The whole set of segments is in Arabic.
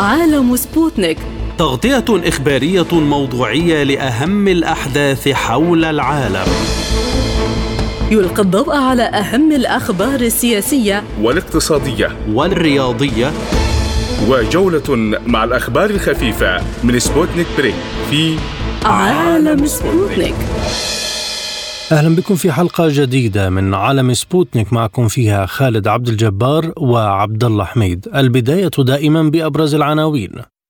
عالم سبوتنيك، تغطية إخبارية موضوعية لأهم الأحداث حول العالم. يلقي الضوء على أهم الأخبار السياسية والاقتصادية والرياضية، وجولة مع الأخبار الخفيفة من سبوتنيك بريك في عالم سبوتنيك. أهلا بكم في حلقة جديدة من عالم سبوتنيك، معكم فيها خالد عبد الجبار وعبد الله حميد. البداية دائما بأبرز العناوين.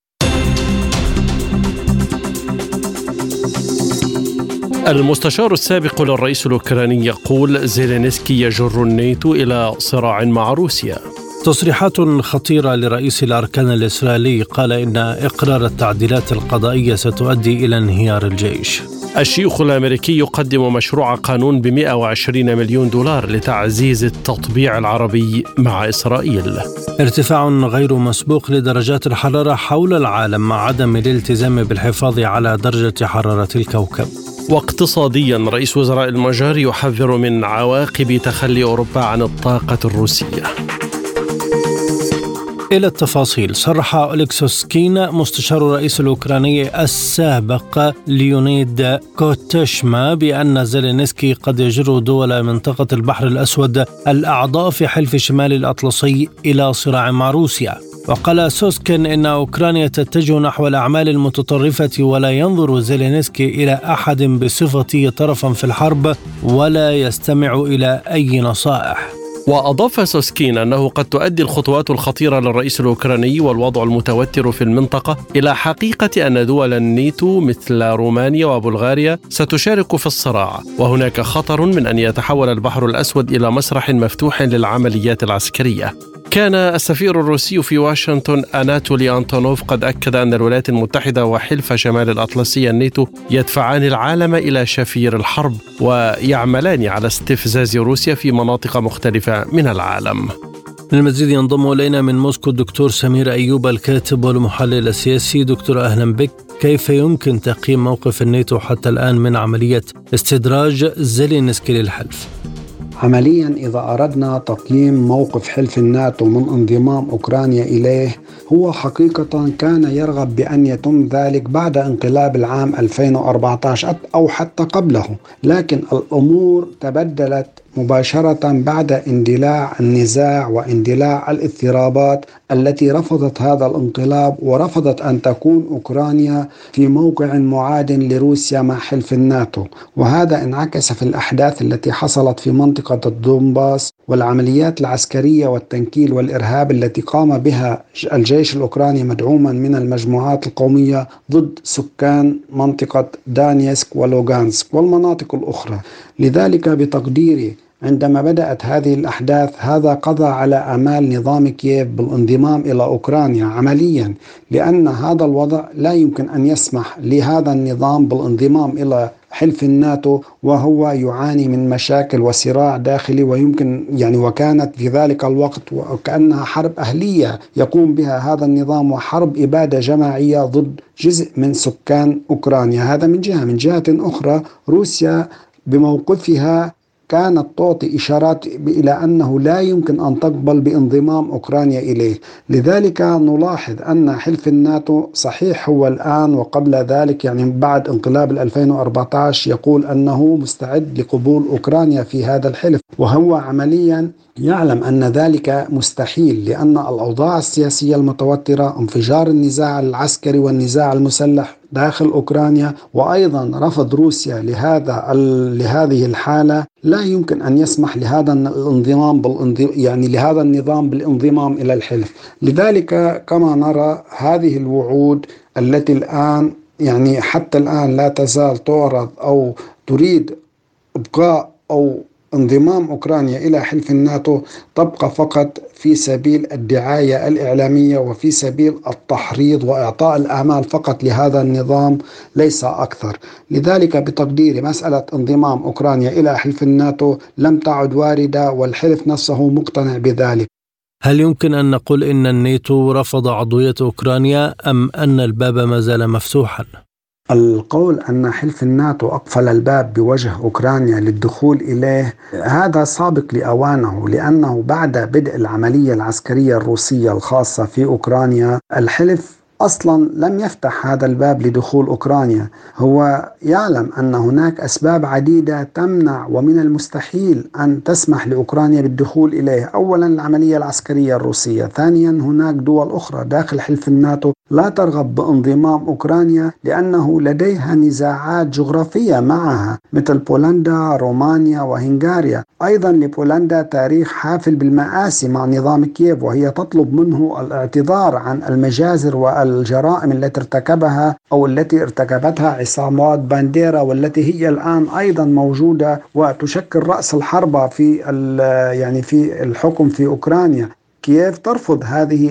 المستشار السابق للرئيس الأوكراني يقول زيلينسكي يجر الناتو إلى صراع مع روسيا. تصريحات خطيرة لرئيس الأركان الإسرائيلي، قال إن إقرار التعديلات القضائية ستؤدي إلى انهيار الجيش. الشيوخ الأمريكي يقدم مشروع قانون ب$120 مليون لتعزيز التطبيع العربي مع إسرائيل. ارتفاع غير مسبوق لدرجات الحرارة حول العالم مع عدم الالتزام بالحفاظ على درجة حرارة الكوكب. واقتصاديا، رئيس وزراء المجر يحذر من عواقب تخلي أوروبا عن الطاقة الروسية. إلى التفاصيل. صرح أوليكسوسكين مستشار الرئيس الأوكراني السابق ليونيد كوتشما بأن زيلينسكي قد يجر دول منطقة البحر الأسود الأعضاء في حلف شمال الأطلسي إلى صراع مع روسيا. وقال سوسكين إن أوكرانيا تتجه نحو الأعمال المتطرفة، ولا ينظر زيلينسكي إلى أحد بصفته طرفا في الحرب ولا يستمع إلى أي نصائح. وأضاف سوسكين أنه قد تؤدي الخطوات الخطيرة للرئيس الأوكراني والوضع المتوتر في المنطقة إلى حقيقة أن دول الناتو مثل رومانيا وبلغاريا ستشارك في الصراع، وهناك خطر من أن يتحول البحر الأسود إلى مسرح مفتوح للعمليات العسكرية. كان السفير الروسي في واشنطن أناتولي أنتونوف قد أكد أن الولايات المتحدة وحلف شمال الأطلسي الناتو يدفعان العالم إلى شفير الحرب ويعملان على استفزاز روسيا في مناطق مختلفة من العالم. للمزيد ينضم إلينا من موسكو الدكتور سمير أيوب، الكاتب والمحلل السياسي. دكتور أهلا بك. كيف يمكن تقييم موقف الناتو حتى الآن من عملية استدراج زيلينسكي للحلف؟ عمليا إذا أردنا تقييم موقف حلف الناتو من انضمام أوكرانيا إليه، هو حقيقة كان يرغب بأن يتم ذلك بعد انقلاب العام 2014 أو حتى قبله، لكن الأمور تبدلت مباشرة بعد اندلاع النزاع واندلاع الاضطرابات التي رفضت هذا الانقلاب ورفضت أن تكون أوكرانيا في موقع معاد لروسيا مع حلف الناتو. وهذا انعكس في الأحداث التي حصلت في منطقة الدونباس والعمليات العسكرية والتنكيل والإرهاب التي قام بها الجيش الأوكراني مدعوما من المجموعات القومية ضد سكان منطقة دانيسك ولوغانسك والمناطق الأخرى. لذلك بتقديري عندما بدأت هذه الأحداث هذا قضى على آمال نظام كييف بالانضمام إلى أوكرانيا عمليا، لأن هذا الوضع لا يمكن أن يسمح لهذا النظام بالانضمام إلى حلف الناتو وهو يعاني من مشاكل وصراع داخلي، ويمكن وكانت في ذلك الوقت وكأنها حرب أهلية يقوم بها هذا النظام وحرب إبادة جماعية ضد جزء من سكان أوكرانيا. هذا من جهة. من جهة أخرى روسيا بموقفها كانت تعطي إشارات إلى أنه لا يمكن أن تقبل بانضمام أوكرانيا إليه. لذلك نلاحظ أن حلف الناتو صحيح هو الآن وقبل ذلك بعد انقلاب 2014 يقول أنه مستعد لقبول أوكرانيا في هذا الحلف، وهو عمليا يعلم أن ذلك مستحيل، لأن الأوضاع السياسية المتوترة، انفجار النزاع العسكري والنزاع المسلح داخل أوكرانيا، وأيضا رفض روسيا لهذه الحالة، لا يمكن أن يسمح لهذا الانضمام لهذا النظام بالانضمام إلى الحلف. لذلك كما نرى هذه الوعود التي الآن حتى الآن لا تزال تعرض أو تريد إبقاء أو انضمام أوكرانيا إلى حلف الناتو تبقى فقط في سبيل الدعاية الإعلامية وفي سبيل التحريض وإعطاء الآمال فقط لهذا النظام ليس أكثر. لذلك بتقديري مسألة انضمام أوكرانيا إلى حلف الناتو لم تعد واردة، والحلف نفسه مقتنع بذلك. هل يمكن أن نقول إن الناتو رفض عضوية أوكرانيا أم أن الباب ما زال مفتوحا؟ القول أن حلف الناتو أقفل الباب بوجه أوكرانيا للدخول إليه هذا سابق لأوانه، لأنه بعد بدء العملية العسكرية الروسية الخاصة في أوكرانيا الحلف أصلا لم يفتح هذا الباب لدخول أوكرانيا. هو يعلم أن هناك أسباب عديدة تمنع ومن المستحيل أن تسمح لأوكرانيا بالدخول إليه. أولا العملية العسكرية الروسية، ثانيا هناك دول أخرى داخل حلف الناتو لا ترغب بانضمام أوكرانيا لأنه لديها نزاعات جغرافية معها مثل بولندا، رومانيا وهنغاريا. أيضا لبولندا تاريخ حافل بالمآسي مع نظام كييف، وهي تطلب منه الاعتذار عن المجازر والجرائم التي ارتكبها أو التي ارتكبتها عصابات بانديرا، والتي هي الآن أيضا موجودة وتشكل رأس الحربة في الحكم في أوكرانيا. كييف ترفض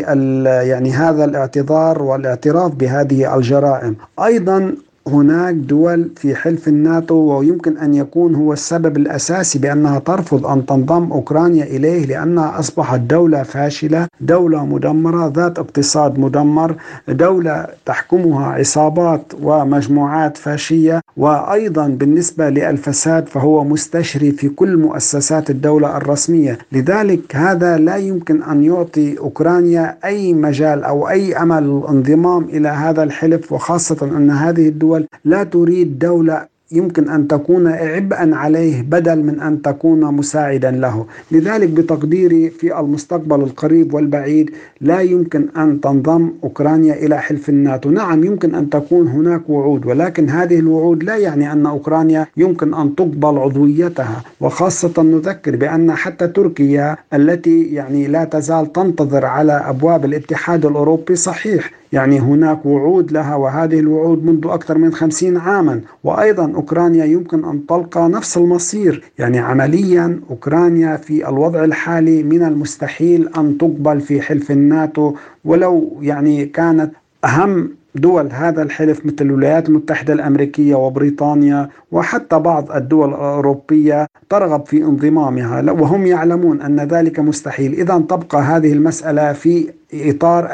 هذا الاعتذار والاعتراف بهذه الجرائم. أيضا هناك دول في حلف الناتو ويمكن أن يكون هو السبب الأساسي بأنها ترفض أن تنضم أوكرانيا إليه، لأنها أصبحت دولة فاشلة، دولة مدمرة ذات اقتصاد مدمر، دولة تحكمها عصابات ومجموعات فاشية، وأيضا بالنسبة للفساد فهو مستشري في كل مؤسسات الدولة الرسمية. لذلك هذا لا يمكن أن يعطي أوكرانيا أي مجال أو أي أمل الانضمام إلى هذا الحلف، وخاصة أن هذه الدول لا تريد دولة يمكن أن تكون عبئا عليه بدل من أن تكون مساعدا له. لذلك بتقديري في المستقبل القريب والبعيد لا يمكن أن تنضم أوكرانيا إلى حلف الناتو. نعم يمكن أن تكون هناك وعود، ولكن هذه الوعود لا يعني أن أوكرانيا يمكن أن تقبل عضويتها، وخاصة نذكر بأن حتى تركيا التي لا تزال تنتظر على أبواب الاتحاد الأوروبي صحيح هناك وعود لها، وهذه الوعود منذ أكثر من 50 عاما، وأيضا أوكرانيا يمكن أن تلقى نفس المصير. عمليا أوكرانيا في الوضع الحالي من المستحيل أن تقبل في حلف الناتو، ولو كانت أهم دول هذا الحلف مثل الولايات المتحدة الأمريكية وبريطانيا وحتى بعض الدول الأوروبية ترغب في انضمامها، وهم يعلمون أن ذلك مستحيل. إذا تبقى هذه المسألة في إطار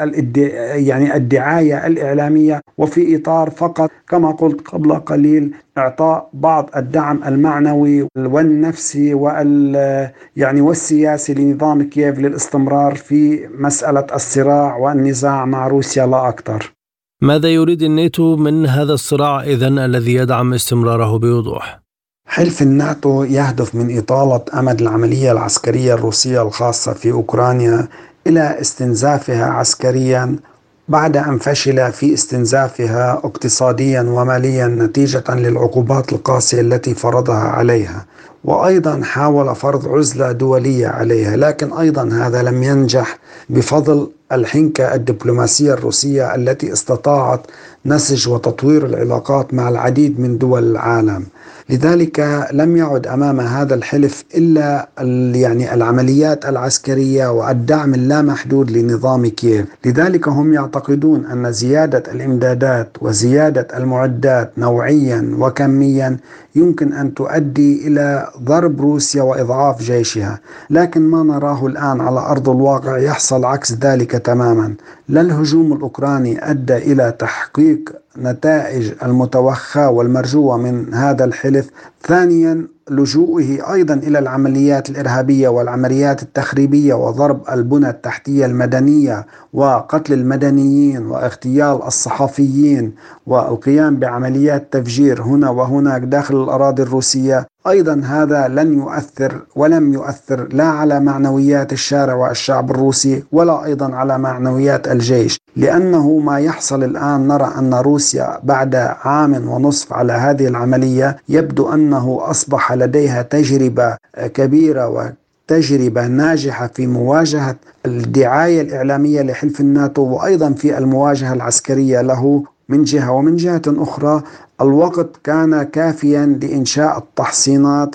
الدعاية الإعلامية، وفي إطار فقط كما قلت قبل قليل إعطاء بعض الدعم المعنوي والنفسي والسياسي لنظام كييف للاستمرار في مسألة الصراع والنزاع مع روسيا لا أكثر. ماذا يريد الناتو من هذا الصراع إذن الذي يدعم استمراره بوضوح؟ حلف الناتو يهدف من إطالة أمد العملية العسكرية الروسية الخاصة في أوكرانيا إلى استنزافها عسكريا بعد أن فشل في استنزافها اقتصاديا وماليا نتيجة للعقوبات القاسية التي فرضها عليها، وأيضا حاول فرض عزلة دولية عليها، لكن أيضا هذا لم ينجح بفضل الحنكة الدبلوماسية الروسية التي استطاعت نسج وتطوير العلاقات مع العديد من دول العالم. لذلك لم يعد أمام هذا الحلف إلا العمليات العسكرية والدعم اللامحدود لنظام كييف. لذلك هم يعتقدون أن زيادة الإمدادات وزيادة المعدات نوعيا وكميا يمكن أن تؤدي إلى ضرب روسيا وإضعاف جيشها، لكن ما نراه الآن على أرض الواقع يحصل عكس ذلك تماما. لا الهجوم الأوكراني أدى إلى تحقيق نتائج المتوخى والمرجوة من هذا الحلف، ثانيا لجوءه أيضا إلى العمليات الإرهابية والعمليات التخريبية وضرب البنى التحتية المدنية وقتل المدنيين واغتيال الصحفيين والقيام بعمليات تفجير هنا وهناك داخل الأراضي الروسية. أيضا هذا لن يؤثر ولم يؤثر لا على معنويات الشارع والشعب الروسي ولا أيضا على معنويات الجيش، لأنه ما يحصل الآن نرى أن روسيا بعد عام ونصف على هذه العملية يبدو أنه أصبح لديها تجربة كبيرة وتجربة ناجحة في مواجهة الدعاية الإعلامية لحلف الناتو، وأيضا في المواجهة العسكرية له من جهة، ومن جهة أخرى الوقت كان كافيا لإنشاء التحصينات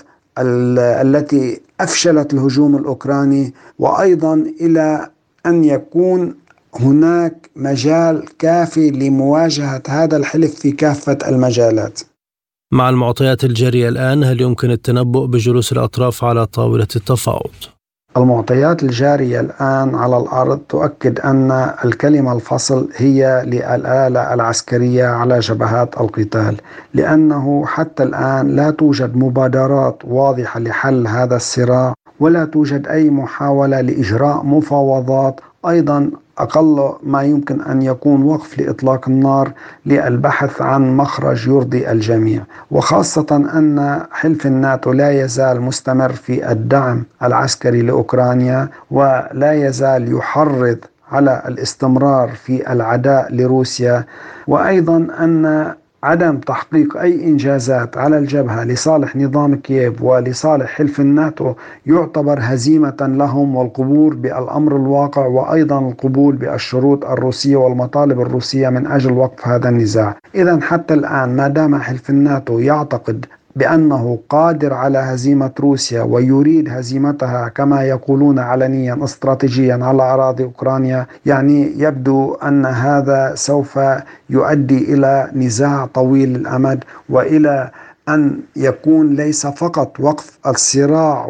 التي أفشلت الهجوم الأوكراني، وأيضا إلى أن يكون هناك مجال كافي لمواجهة هذا الحلف في كافة المجالات. مع المعطيات الجارية الآن، هل يمكن التنبؤ بجلوس الأطراف على طاولة التفاوض؟ المعطيات الجارية الآن على الأرض تؤكد أن الكلمة الفصل هي للآلة العسكرية على جبهات القتال، لأنه حتى الآن لا توجد مبادرات واضحة لحل هذا الصراع، ولا توجد أي محاولة لإجراء مفاوضات. أيضا أقل ما يمكن أن يكون وقف لإطلاق النار للبحث عن مخرج يرضي الجميع، وخاصة أن حلف الناتو لا يزال مستمر في الدعم العسكري لأوكرانيا، ولا يزال يحرض على الاستمرار في العداء لروسيا، وأيضا أن عدم تحقيق أي إنجازات على الجبهة لصالح نظام كييف ولصالح حلف الناتو يعتبر هزيمة لهم، والقبول بالأمر الواقع وأيضا القبول بالشروط الروسية والمطالب الروسية من أجل وقف هذا النزاع. إذن حتى الآن ما دام حلف الناتو يعتقد بأنه قادر على هزيمة روسيا ويريد هزيمتها كما يقولون علنيا استراتيجيا على أراضي أوكرانيا، يعني يبدو أن هذا سوف يؤدي إلى نزاع طويل الأمد، وإلى أن يكون ليس فقط وقف الصراع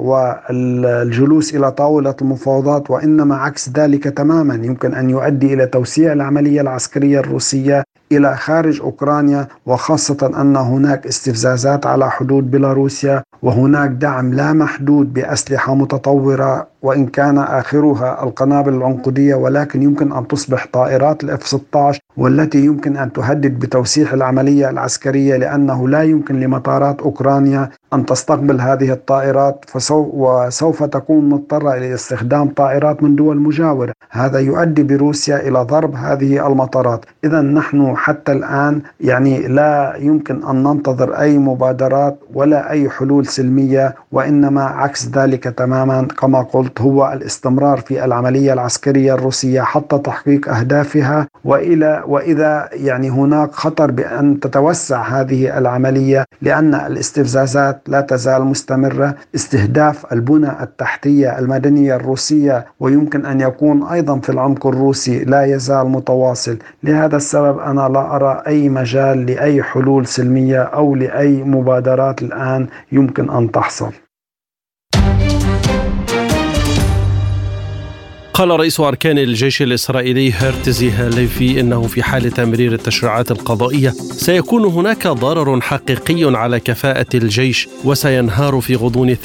والجلوس إلى طاولة المفاوضات، وإنما عكس ذلك تماما، يمكن أن يؤدي إلى توسيع العملية العسكرية الروسية إلى خارج أوكرانيا، وخاصة أن هناك استفزازات على حدود بيلاروسيا، وهناك دعم لا محدود بأسلحة متطورة، وإن كان آخرها القنابل العنقودية، ولكن يمكن أن تصبح طائرات F-16، والتي يمكن أن تهدد بتوسيع العملية العسكرية، لأنه لا يمكن لمطارات أوكرانيا أن تستقبل هذه الطائرات، وسوف تكون مضطرة إلى استخدام طائرات من دول مجاورة. هذا يؤدي بروسيا إلى ضرب هذه المطارات. إذا نحن حتى الآن يعني لا يمكن أن ننتظر أي مبادرات ولا أي حلول سلمية، وإنما عكس ذلك تماما كما قلت، هو الاستمرار في العملية العسكرية الروسية حتى تحقيق أهدافها، وإذا يعني هناك خطر بأن تتوسع هذه العملية، لأن الاستفزازات لا تزال مستمرة، استهداف البنى التحتية المدنية الروسية ويمكن أن يكون أيضا في العمق الروسي لا يزال متواصل. لهذا السبب أنا لا أرى أي مجال لأي حلول سلمية أو لأي مبادرات الآن يمكن أن تحصل. قال رئيس أركان الجيش الإسرائيلي هرتزي هاليفي إنه في حال تمرير التشريعات القضائية سيكون هناك ضرر حقيقي على كفاءة الجيش وسينهار في غضون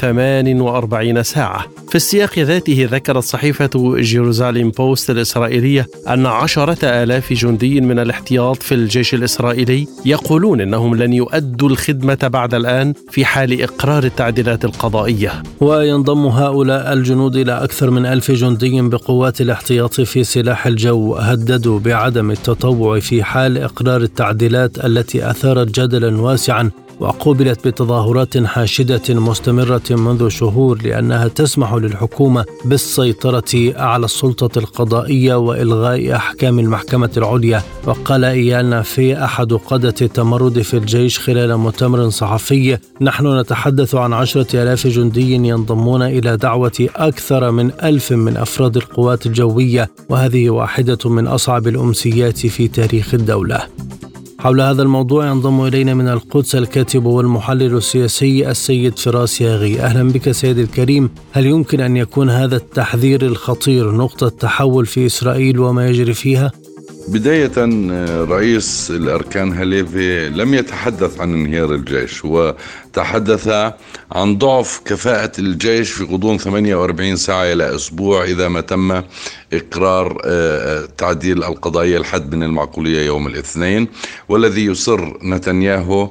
48 ساعة. في السياق ذاته ذكرت صحيفة جيروزاليم بوست الإسرائيلية أن 10,000 جندي من الاحتياط في الجيش الإسرائيلي يقولون إنهم لن يؤدوا الخدمة بعد الآن في حال إقرار التعديلات القضائية. وينضم هؤلاء الجنود إلى أكثر من 1000 جندي بقوات الاحتياط في سلاح الجو هددوا بعدم التطوع في حال إقرار التعديلات التي أثارت جدلا واسعا وقوبلت بتظاهرات حاشدة مستمرة منذ شهور، لأنها تسمح للحكومة بالسيطرة على السلطة القضائية وإلغاء أحكام المحكمة العليا. وقال إيال نافي أحد قادة التمرد في الجيش خلال مؤتمر صحفي: نحن نتحدث عن 10,000 جندي ينضمون إلى دعوة أكثر من 1000 من أفراد القوات الجوية، وهذه واحدة من أصعب الأمسيات في تاريخ الدولة. حول هذا الموضوع ينضم إلينا من القدس الكاتب والمحلل السياسي السيد فراس ياغي. أهلا بك سيد الكريم. هل يمكن أن يكون هذا التحذير الخطير نقطة تحول في إسرائيل وما يجري فيها؟ بداية رئيس الأركان هاليفي لم يتحدث عن انهيار الجيش، وتحدث عن ضعف كفاءة الجيش في غضون 48 ساعة إلى أسبوع إذا ما تم إقرار تعديل القضايا الحد من المعقولية يوم الاثنين، والذي يصر نتنياهو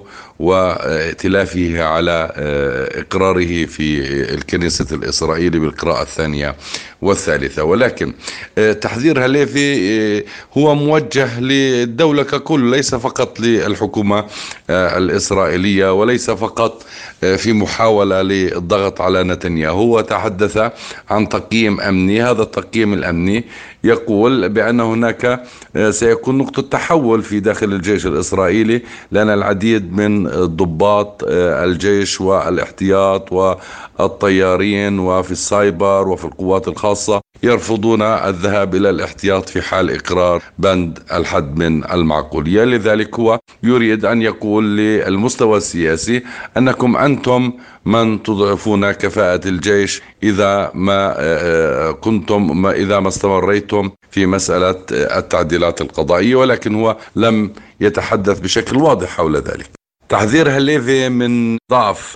وائتلافه على إقراره في الكنيسة الإسرائيلي بالقراءة الثانية والثالثة. ولكن تحذير هاليفي هو موجه للدولة ككل، ليس فقط للحكومة الإسرائيلية وليس فقط في محاولة للضغط على نتنياهو. هو تحدث عن تقييم أمني، هذا التقييم الأمني يقول بأن هناك سيكون نقطة تحول في داخل الجيش الإسرائيلي، لأن العديد من ضباط الجيش والاحتياط والطيارين وفي السايبر وفي القوات الخاصة يرفضون الذهاب إلى الاحتياط في حال إقرار بند الحد من المعقولية. لذلك هو يريد أن يقول للمستوى السياسي أنكم أنتم من تضعفون كفاءة الجيش إذا ما استمريتم في مسألة التعديلات القضائية، ولكن هو لم يتحدث بشكل واضح حول ذلك. تحذير هاليفي من ضعف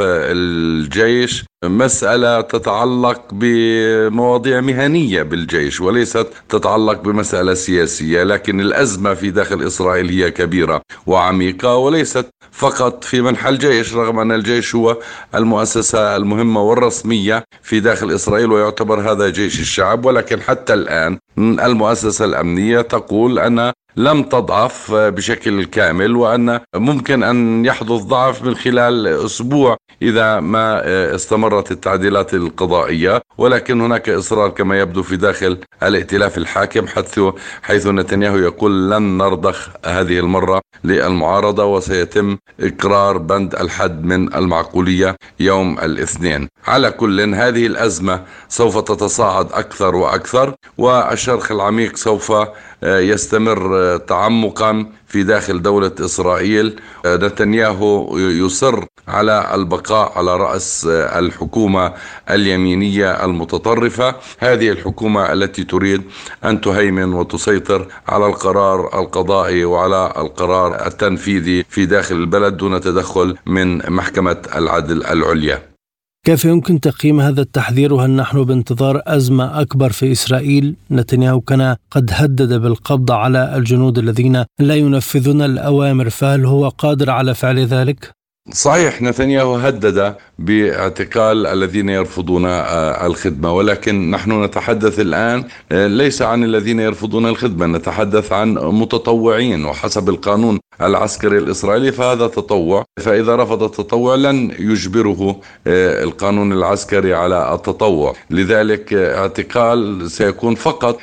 الجيش مسألة تتعلق بمواضيع مهنية بالجيش وليست تتعلق بمسألة سياسية، لكن الأزمة في داخل إسرائيل هي كبيرة وعميقة وليست فقط في منحى الجيش، رغم أن الجيش هو المؤسسة المهمة والرسمية في داخل إسرائيل ويعتبر هذا جيش الشعب، ولكن حتى الآن المؤسسة الأمنية تقول أن لم تضعف بشكل كامل، وأن ممكن أن يحدث ضعف من خلال أسبوع إذا ما استمرت التعديلات القضائية. ولكن هناك إصرار كما يبدو في داخل الائتلاف الحاكم، حيث نتنياهو يقول لن نرضخ هذه المرة للمعارضة وسيتم إقرار بند الحد من المعقولية يوم الاثنين. على كل، هذه الأزمة سوف تتصاعد أكثر وأكثر، والشرخ العميق سوف يستمر تعمقا في داخل دولة إسرائيل. نتنياهو يصر على البقاء على رأس الحكومة اليمينية المتطرفة، هذه الحكومة التي تريد أن تهيمن وتسيطر على القرار القضائي وعلى القرار التنفيذي في داخل البلد دون تدخل من محكمة العدل العليا. كيف يمكن تقييم هذا التحذير وهل نحن بانتظار أزمة أكبر في إسرائيل؟ نتنياهو كان قد هدد بالقبض على الجنود الذين لا ينفذون الأوامر، فهل هو قادر على فعل ذلك؟ صحيح، نتنياهو هدد باعتقال الذين يرفضون الخدمة، ولكن نحن نتحدث الآن ليس عن الذين يرفضون الخدمة، نتحدث عن متطوعين، وحسب القانون العسكري الإسرائيلي فهذا تطوع، فإذا رفض التطوع لن يجبره القانون العسكري على التطوع، لذلك اعتقال سيكون فقط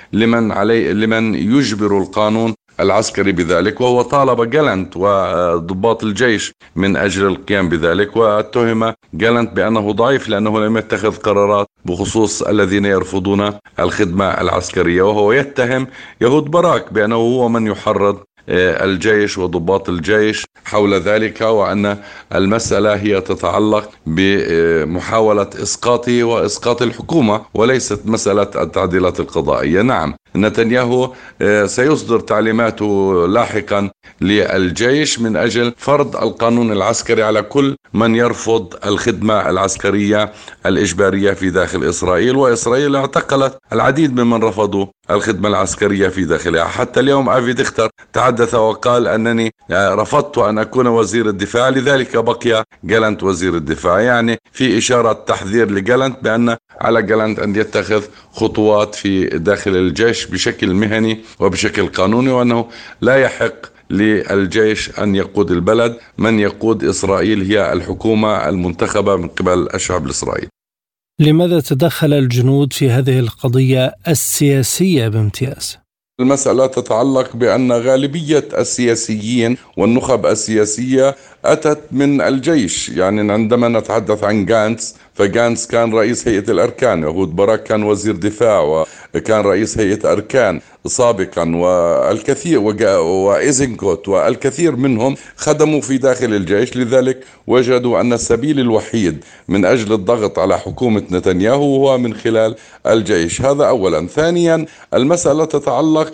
لمن يجبر القانون العسكري بذلك، وهو طالب جالنت وضباط الجيش من أجل القيام بذلك، واتهم جالنت بأنه ضعيف لأنه لم يتخذ قرارات بخصوص الذين يرفضون الخدمة العسكرية، وهو يتهم يهود باراك بأنه هو من يحرض الجيش وضباط الجيش حول ذلك، وأن المسألة هي تتعلق بمحاولة إسقاطه وإسقاط الحكومة وليست مسألة التعديلات القضائية. نعم، نتنياهو سيصدر تعليماته لاحقا للجيش من أجل فرض القانون العسكري على كل من يرفض الخدمة العسكرية الإجبارية في داخل إسرائيل، وإسرائيل اعتقلت العديد ممن رفضوا الخدمة العسكرية في داخلها. حتى اليوم أفي ديختر تحدث وقال أنني رفضت أن أكون وزير الدفاع لذلك بقي جالنت وزير الدفاع، يعني في إشارة تحذير لجالنت بأن على جالنت أن يتخذ خطوات في داخل الجيش بشكل مهني وبشكل قانوني، وأنه لا يحق للجيش أن يقود البلد، من يقود إسرائيل هي الحكومة المنتخبة من قبل الشعب الإسرائيلي. لماذا تدخل الجنود في هذه القضية السياسية بامتياز؟ المسألة تتعلق بأن غالبية السياسيين والنخب السياسية أتت من الجيش، يعني عندما نتحدث عن جانتس فجانتس كان رئيس هيئة الأركان، يهود باراك كان وزير دفاع وكان رئيس هيئة أركان سابقا، والكثير وإيزنكوت والكثير منهم خدموا في داخل الجيش، لذلك وجدوا أن السبيل الوحيد من أجل الضغط على حكومة نتنياهو هو من خلال الجيش. هذا أولا. ثانيا، المسألة تتعلق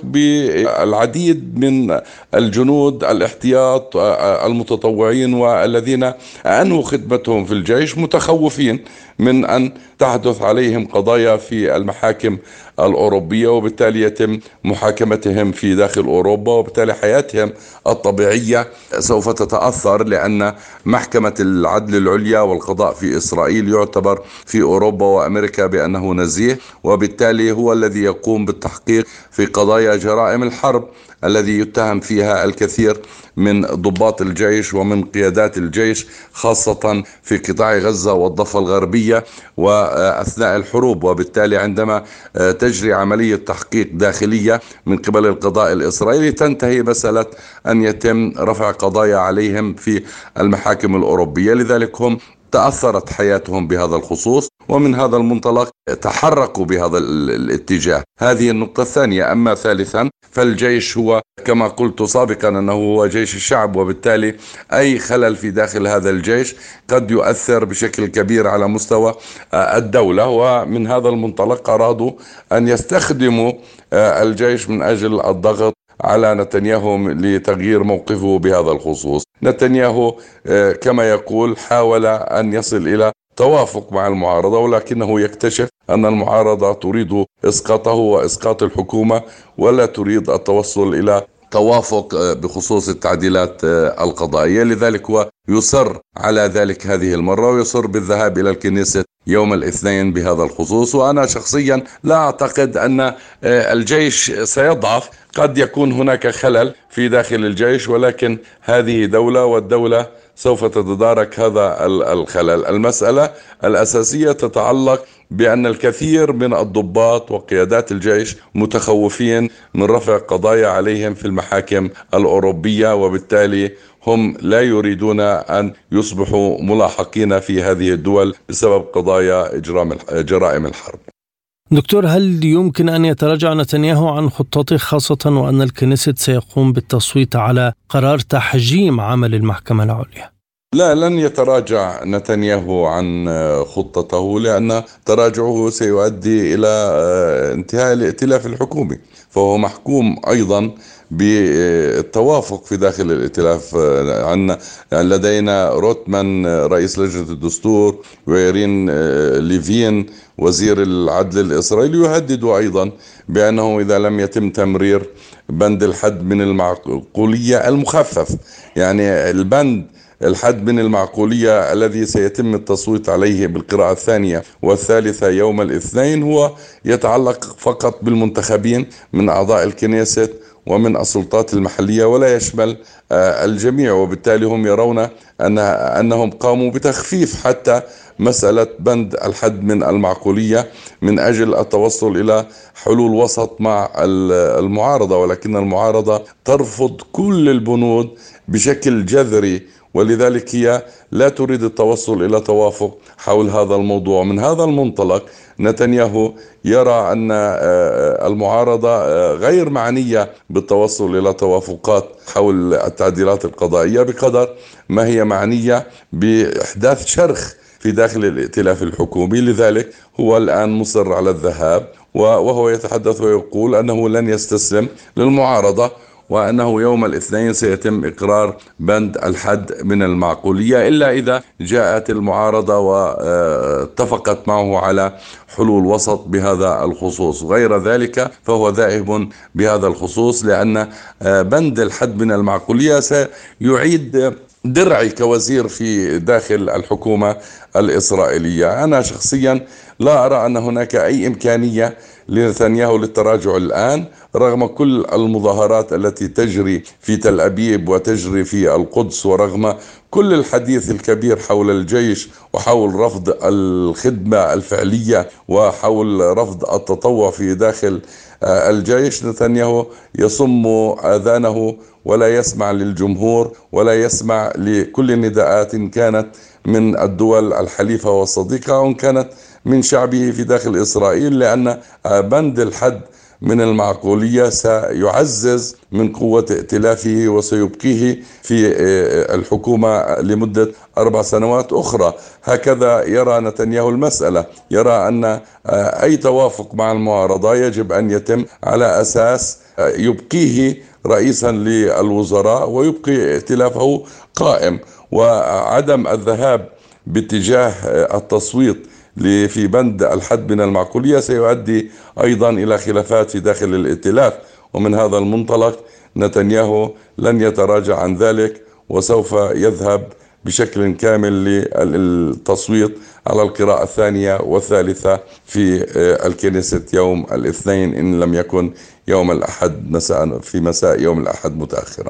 بالعديد من الجنود الاحتياط المتطوعين والذين أنهوا خدمتهم في الجيش متخوفين من أن تحدث عليهم قضايا في المحاكم الأوروبية، وبالتالي يتم محاكمتهم في داخل أوروبا، وبالتالي حياتهم الطبيعية سوف تتأثر، لأن محكمة العدل العليا والقضاء في إسرائيل يعتبر في أوروبا وأمريكا بأنه نزيه، وبالتالي هو الذي يقوم بالتحقيق في قضايا جرائم الحرب الذي يتهم فيها الكثير من ضباط الجيش ومن قيادات الجيش، خاصة في قطاع غزة والضفة الغربية وأثناء الحروب. وبالتالي عندما تجري عملية تحقيق داخلية من قبل القضاء الإسرائيلي تنتهي مسألة أن يتم رفع قضايا عليهم في المحاكم الأوروبية، لذلك هم تأثرت حياتهم بهذا الخصوص، ومن هذا المنطلق تحركوا بهذا الاتجاه. هذه النقطة الثانية. أما ثالثا فالجيش هو كما قلت سابقا أنه هو جيش الشعب، وبالتالي أي خلل في داخل هذا الجيش قد يؤثر بشكل كبير على مستوى الدولة، ومن هذا المنطلق أرادوا أن يستخدموا الجيش من أجل الضغط على نتنياهو لتغيير موقفه بهذا الخصوص. نتنياهو كما يقول حاول أن يصل إلى توافق مع المعارضة، ولكنه يكتشف أن المعارضة تريد إسقاطه وإسقاط الحكومة، ولا تريد التوصل إلى توافق بخصوص التعديلات القضائية. لذلك هو يصر على ذلك هذه المرة، ويصر بالذهاب إلى الكنيسة يوم الاثنين بهذا الخصوص. وأنا شخصيا لا أعتقد أن الجيش سيضعف، قد يكون هناك خلل في داخل الجيش، ولكن هذه دولة، والدولة سوف تتدارك هذا الخلل. المسألة الأساسية تتعلق بأن الكثير من الضباط وقيادات الجيش متخوفين من رفع قضايا عليهم في المحاكم الأوروبية، وبالتالي هم لا يريدون أن يصبحوا ملاحقين في هذه الدول بسبب قضايا جرائم الحرب. دكتور، هل يمكن أن يتراجع نتنياهو عن خطته، خاصة وأن الكنيست سيقوم بالتصويت على قرار تحجيم عمل المحكمة العليا؟ لا، لن يتراجع نتنياهو عن خطته، لأن تراجعه سيؤدي إلى انتهاء الائتلاف الحكومي، فهو محكوم أيضا بالتوافق في داخل الائتلاف. لدينا روتمان رئيس لجنة الدستور، ويرين ليفين وزير العدل الإسرائيلي يهدد أيضا بأنه إذا لم يتم تمرير بند الحد من المعقولية المخفف، يعني الحد من المعقولية الذي سيتم التصويت عليه بالقراءة الثانية والثالثة يوم الاثنين، هو يتعلق فقط بالمنتخبين من أعضاء الكنيست ومن السلطات المحلية، ولا يشمل الجميع. وبالتالي هم يرون أنهم قاموا بتخفيف حتى مسألة بند الحد من المعقولية من أجل التوصل إلى حلول وسط مع المعارضة، ولكن المعارضة ترفض كل البنود بشكل جذري، ولذلك هي لا تريد التوصل إلى توافق حول هذا الموضوع. من هذا المنطلق نتنياهو يرى أن المعارضة غير معنية بالتوصل إلى توافقات حول التعديلات القضائية بقدر ما هي معنية بإحداث شرخ في داخل الائتلاف الحكومي. لذلك هو الآن مصر على الذهاب، وهو يتحدث ويقول أنه لن يستسلم للمعارضة، وأنه يوم الاثنين سيتم إقرار بند الحد من المعقولية، إلا إذا جاءت المعارضة واتفقت معه على حلول وسط بهذا الخصوص. غير ذلك فهو ذاهب بهذا الخصوص، لأن بند الحد من المعقولية سيعيد درعي كوزير في داخل الحكومة الإسرائيلية. أنا شخصيا لا أرى أن هناك أي إمكانية لنتنياهو للتراجع الآن، رغم كل المظاهرات التي تجري في تل أبيب وتجري في القدس، ورغم كل الحديث الكبير حول الجيش وحول رفض الخدمة الفعلية وحول رفض التطوع في داخل الجيش. نتنياهو يصم آذانه ولا يسمع للجمهور ولا يسمع لكل النداءات، كانت من الدول الحليفة والصديقة أو كانت من شعبه في داخل إسرائيل، لأن بند الحد من المعقولية سيعزز من قوة ائتلافه وسيبقيه في الحكومة لمدة 4 سنوات أخرى. هكذا يرى نتنياهو المسألة، يرى أن أي توافق مع المعارضة يجب أن يتم على أساس يبقيه رئيسا للوزراء ويبقي ائتلافه قائم، وعدم الذهاب باتجاه التصويت في بند الحد من المعقولية سيؤدي أيضا إلى خلافات في داخل الائتلاف. ومن هذا المنطلق نتنياهو لن يتراجع عن ذلك، وسوف يذهب بشكل كامل للتصويت على القراءة الثانية والثالثة في الكنيسة يوم الاثنين، إن لم يكن يوم الأحد مساء، في مساء يوم الأحد متأخرا.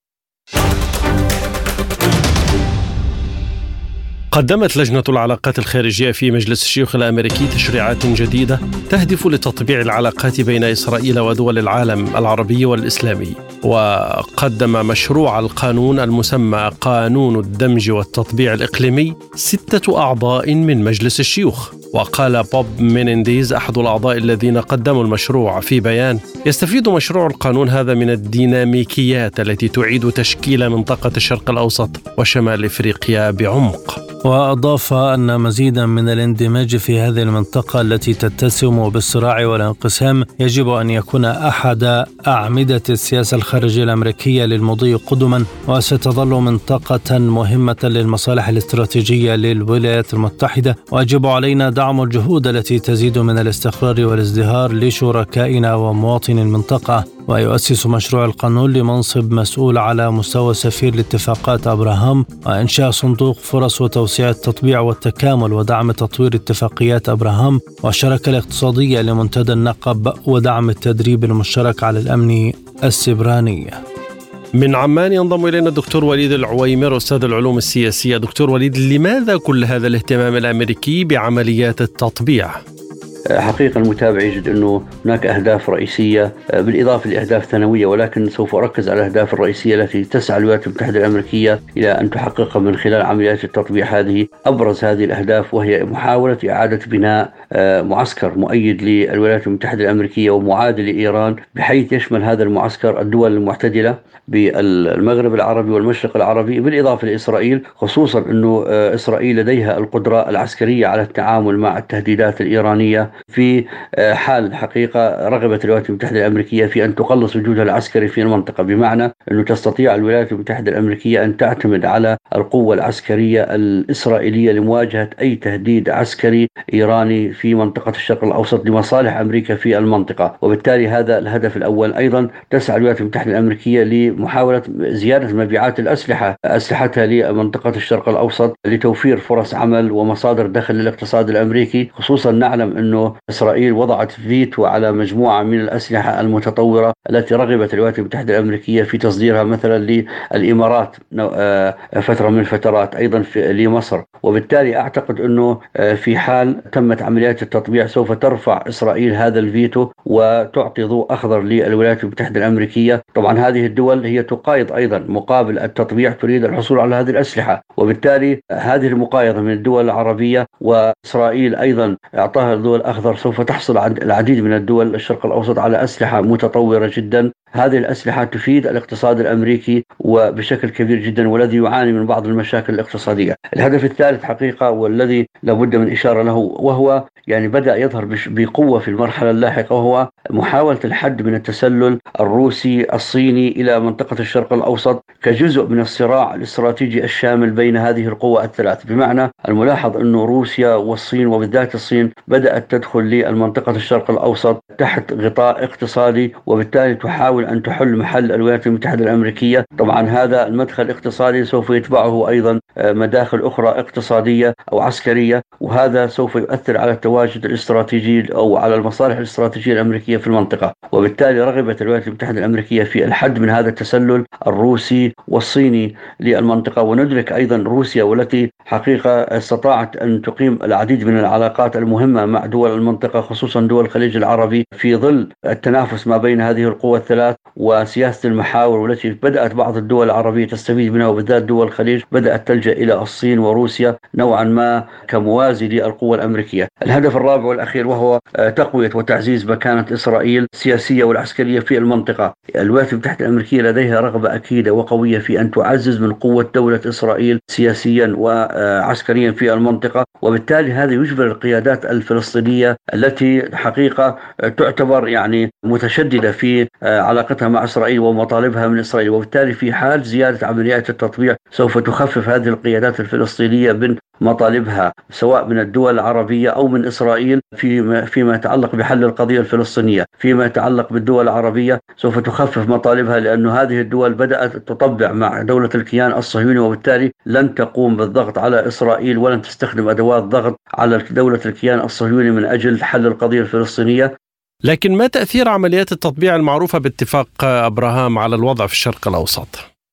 قدمت لجنة العلاقات الخارجية في مجلس الشيوخ الأمريكي تشريعات جديدة تهدف لتطبيع العلاقات بين إسرائيل ودول العالم العربي والإسلامي، وقدم مشروع القانون المسمى قانون الدمج والتطبيع الإقليمي 6 أعضاء من مجلس الشيوخ. وقال بوب مينينديز أحد الأعضاء الذين قدموا المشروع في بيان: يستفيد مشروع القانون هذا من الديناميكيات التي تعيد تشكيل منطقة الشرق الأوسط وشمال إفريقيا بعمق. وأضاف أن مزيدا من الاندماج في هذه المنطقة التي تتسم بالصراع والانقسام يجب أن يكون أحد أعمدة السياسة الخارجية الأمريكية للمضي قدما، وستظل منطقة مهمة للمصالح الاستراتيجية للولايات المتحدة، ويجب علينا دعم الجهود التي تزيد من الاستقرار والازدهار لشركائنا ومواطني المنطقة. ويؤسس مشروع القانون لمنصب مسؤول على مستوى سفير لاتفاقات أبراهام وإنشاء صندوق فرص وتوسيع التطبيع والتكامل ودعم تطوير اتفاقيات أبراهام والشراكة الاقتصادية لمنتدى النقب ودعم التدريب المشترك على الأمن السيبراني. من عمان ينضم إلينا الدكتور وليد العويمر أستاذ العلوم السياسية. دكتور وليد، لماذا كل هذا الاهتمام الأمريكي بعمليات التطبيع؟ حقيقة المتابع يجد أنه هناك أهداف رئيسية بالإضافة لأهداف ثانوية، ولكن سوف أركز على الأهداف الرئيسية التي تسعى الولايات المتحدة الأمريكية إلى أن تحققها من خلال عمليات التطبيع هذه. أبرز هذه الأهداف وهي محاولة إعادة بناء معسكر مؤيد للولايات المتحدة الأمريكية ومعادل لإيران، بحيث يشمل هذا المعسكر الدول المعتدلة بالمغرب العربي والمشرق العربي بالإضافة لإسرائيل، خصوصا أنه إسرائيل لديها القدرة العسكرية على التعامل مع التهديدات الإيرانية في حال حقيقة رغبت الولايات المتحدة الأمريكية في أن تقلص وجودها العسكري في المنطقة، بمعنى أنه تستطيع الولايات المتحدة الأمريكية أن تعتمد على القوة العسكرية الإسرائيلية لمواجهة أي تهديد عسكري إيراني في منطقة الشرق الأوسط لمصالح أمريكا في المنطقة. وبالتالي هذا الهدف الأول. أيضا تسعى الولايات المتحدة الأمريكية لمحاولة زيادة مبيعات أسلحتها لمنطقة الشرق الأوسط لتوفير فرص عمل ومصادر دخل للاقتصاد الأمريكي، خصوصا نعلم أنه إسرائيل وضعت فيتو على مجموعة من الأسلحة المتطورة التي رغبت الولايات المتحدة الأمريكية في تصديرها مثلا للإمارات فترة من الفترات، أيضا لمصر. وبالتالي أعتقد أنه في حال تمت عمليات التطبيع سوف ترفع إسرائيل هذا الفيتو وتعطي ضوء أخضر للولايات المتحدة الأمريكية. طبعا هذه الدول هي تقايض أيضا مقابل التطبيع تريد الحصول على هذه الأسلحة، وبالتالي هذه المقايضة من الدول العربية وإسرائيل أيضا إعطاها الضوء الأخضر سوف تحصل على العديد من الدول الشرق الأوسط على أسلحة متطورة جدا. هذه الأسلحة تفيد الاقتصاد الأمريكي وبشكل كبير جدا، والذي يعاني من بعض المشاكل الاقتصادية. الهدف الثالث حقيقة والذي لابد من إشارة له، وهو يعني بدأ يظهر بقوة في المرحلة اللاحقة، وهو محاولة الحد من التسلل الروسي الصيني إلى منطقة الشرق الأوسط كجزء من الصراع الاستراتيجي الشامل بين هذه القوى الثلاث. بمعنى الملاحظ أن روسيا والصين وبالذات الصين بدأت تدخل للمنطقة الشرق الأوسط تحت غطاء اقتصادي، وبالتالي تحاول أن تحل محل الولايات المتحدة الأمريكية. طبعا هذا المدخل الاقتصادي سوف يتبعه أيضا مداخل أخرى اقتصادية أو عسكرية، وهذا سوف يؤثر على التواجد الاستراتيجي أو على المصالح الاستراتيجية الأمريكية في المنطقة. وبالتالي رغبت الولايات المتحدة الأمريكية في الحد من هذا التسلل الروسي والصيني للمنطقة. وندرك أيضا روسيا والتي حقيقة استطاعت أن تقيم العديد من العلاقات المهمة مع دول المنطقة، خصوصا دول الخليج العربي، في ظل التنافس ما بين هذه القوى الثلاث وسياسة المحاور والتي بدأت بعض الدول العربية تستفيد منها، وبالذات دول الخليج بدأت تلجأ إلى الصين وروسيا نوعا ما كموازي للقوة الأمريكية. الهدف الرابع والأخير وهو تقوية وتعزيز مكانة إسرائيل السياسية والعسكرية في المنطقة. الولايات المتحدة الأمريكية لديها رغبة أكيدة وقوية في أن تعزز من قوة دولة إسرائيل سياسيا وعسكريا في المنطقة، وبالتالي هذا يجبر القيادات الفلسطينية التي حقيقة تعتبر يعني متشددة في علاقتها مع إسرائيل ومطالبها من إسرائيل. وبالتالي في حال زيادة عمليات التطبيع سوف تخفف هذه القيادات الفلسطينية من مطالبها سواء من الدول العربية أو من إسرائيل فيما يتعلق بحل القضية الفلسطينية. فيما يتعلق بالدول العربية سوف تخفف مطالبها، لأن هذه الدول بدأت تطبع مع دولة الكيان الصهيوني، وبالتالي لن تقوم بالضغط على إسرائيل ولن تستخدم أدوات ضغط على دولة الكيان الصهيوني من أجل حل القضية الفلسطينية. لكن ما تأثير عمليات التطبيع المعروفة باتفاق أبراهام على الوضع في الشرق الأوسط؟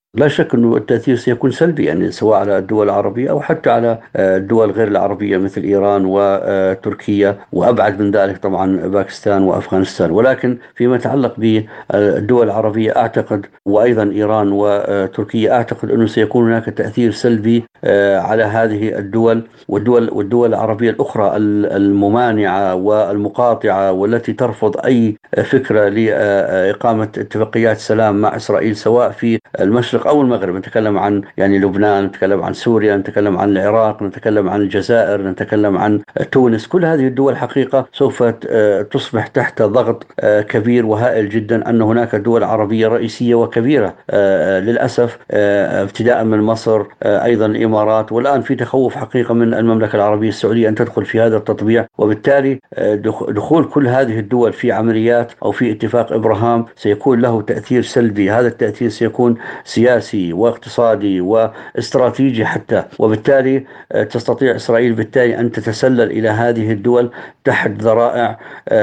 لا شك أنه التأثير سيكون سلبي، يعني سواء على الدول العربية أو حتى على الدول غير العربية مثل إيران وتركيا، وأبعد من ذلك طبعا باكستان وأفغانستان. ولكن فيما يتعلق بالدول العربية أعتقد، وأيضا إيران وتركيا، أعتقد أنه سيكون هناك تأثير سلبي على هذه الدول والدول العربية الأخرى الممانعة والمقاطعة والتي ترفض أي فكرة لإقامة اتفاقيات سلام مع إسرائيل، سواء في المشرق أو المغرب. نتكلم عن يعني لبنان، نتكلم عن سوريا، نتكلم عن العراق، نتكلم عن الجزائر، نتكلم عن تونس. كل هذه الدول حقيقة سوف تصبح تحت ضغط كبير وهائل جدا، أن هناك دول عربية رئيسية وكبيرة للأسف، ابتداء من مصر، أيضا الإمارات، والآن في تخوف حقيقة من المملكة العربية السعودية أن تدخل في هذا التطبيع. وبالتالي دخول كل هذه الدول في عمليات أو في اتفاق إبراهام سيكون له تأثير سلبي. هذا التأثير سيكون سياسي واقتصادي واستراتيجي حتى، وبالتالي تستطيع إسرائيل بالتالي أن تتسلل إلى هذه الدول تحت ذرائع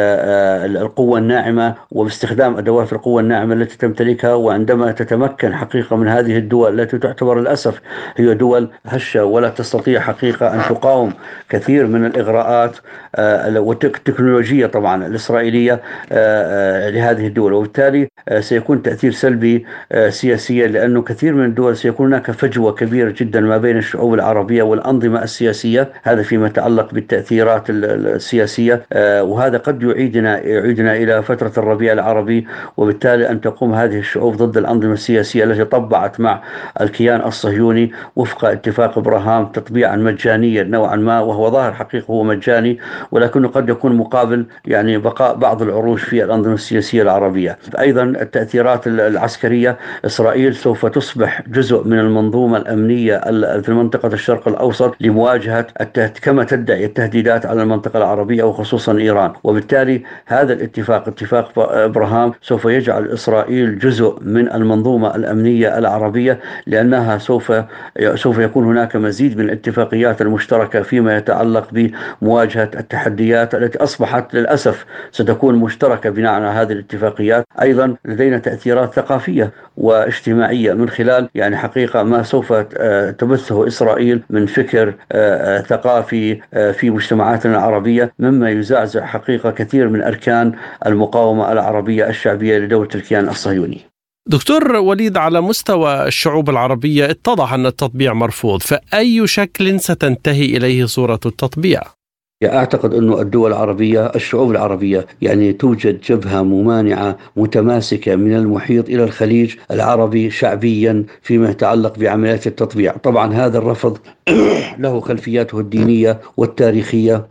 القوة الناعمة وباستخدام أدوات القوة الناعمة التي تمتلكها. وعندما تتمكن حقيقة من هذه الدول التي تعتبر للأسف هي دول هشة ولا تستطيع حقيقة أن تقاوم كثير من الإغراءات والتكنولوجية طبعا الإسرائيلية لهذه الدول، وبالتالي سيكون تأثير سلبي سياسيا، لأنه كثير من الدول سيكون هناك فجوة كبيرة جدا ما بين الشعوب العربية والأنظمة السياسية. هذا فيما يتعلق بالتأثيرات السياسية، وهذا قد يعيدنا إلى فترة الربيع العربي، وبالتالي أن تقوم هذه الشعوب ضد الأنظمة السياسية التي طبعت مع الكيان الصهيوني وفق اتفاق إبراهام تطبيعا مجانيا نوعا ما، وهو ظاهر حقيقة هو مجاني، ولكنه قد يكون مقابل يعني بقاء بعض العروش في الأنظمة السياسية العربية. أيضا التأثيرات العسكرية، إسرائيل سوف تصبح جزء من المنظومة الأمنية في منطقة الشرق الأوسط لمواجهة كما تدعي التهديدات على المنطقة العربية وخصوصا إيران. وبالتالي هذا اتفاق إبراهام سوف يجعل إسرائيل جزء من المنظومة الأمنية العربية، لأنها سوف يكون هناك مزيد من الاتفاقيات المشتركة فيما يتعلق بمواجهة التحديات التي أصبحت للأسف ستكون مشتركة بناء على هذه الاتفاقيات. أيضا لدينا تأثيرات ثقافية واجتماعية من خلال يعني حقيقة ما سوف تبثه إسرائيل من فكر ثقافي في مجتمعاتنا العربية، مما يزعزع حقيقة كثير من أركان المقاومة العربية الشعبية لدولة الكيان الصهيوني. دكتور وليد، على مستوى الشعوب العربية اتضح أن التطبيع مرفوض، فأي شكل ستنتهي إليه صورة التطبيع؟ أعتقد أن الدول العربية، الشعوب العربية يعني توجد جبهة ممانعة متماسكة من المحيط إلى الخليج العربي شعبيا فيما يتعلق بعمليات التطبيع. طبعا هذا الرفض له خلفياته الدينية والتاريخية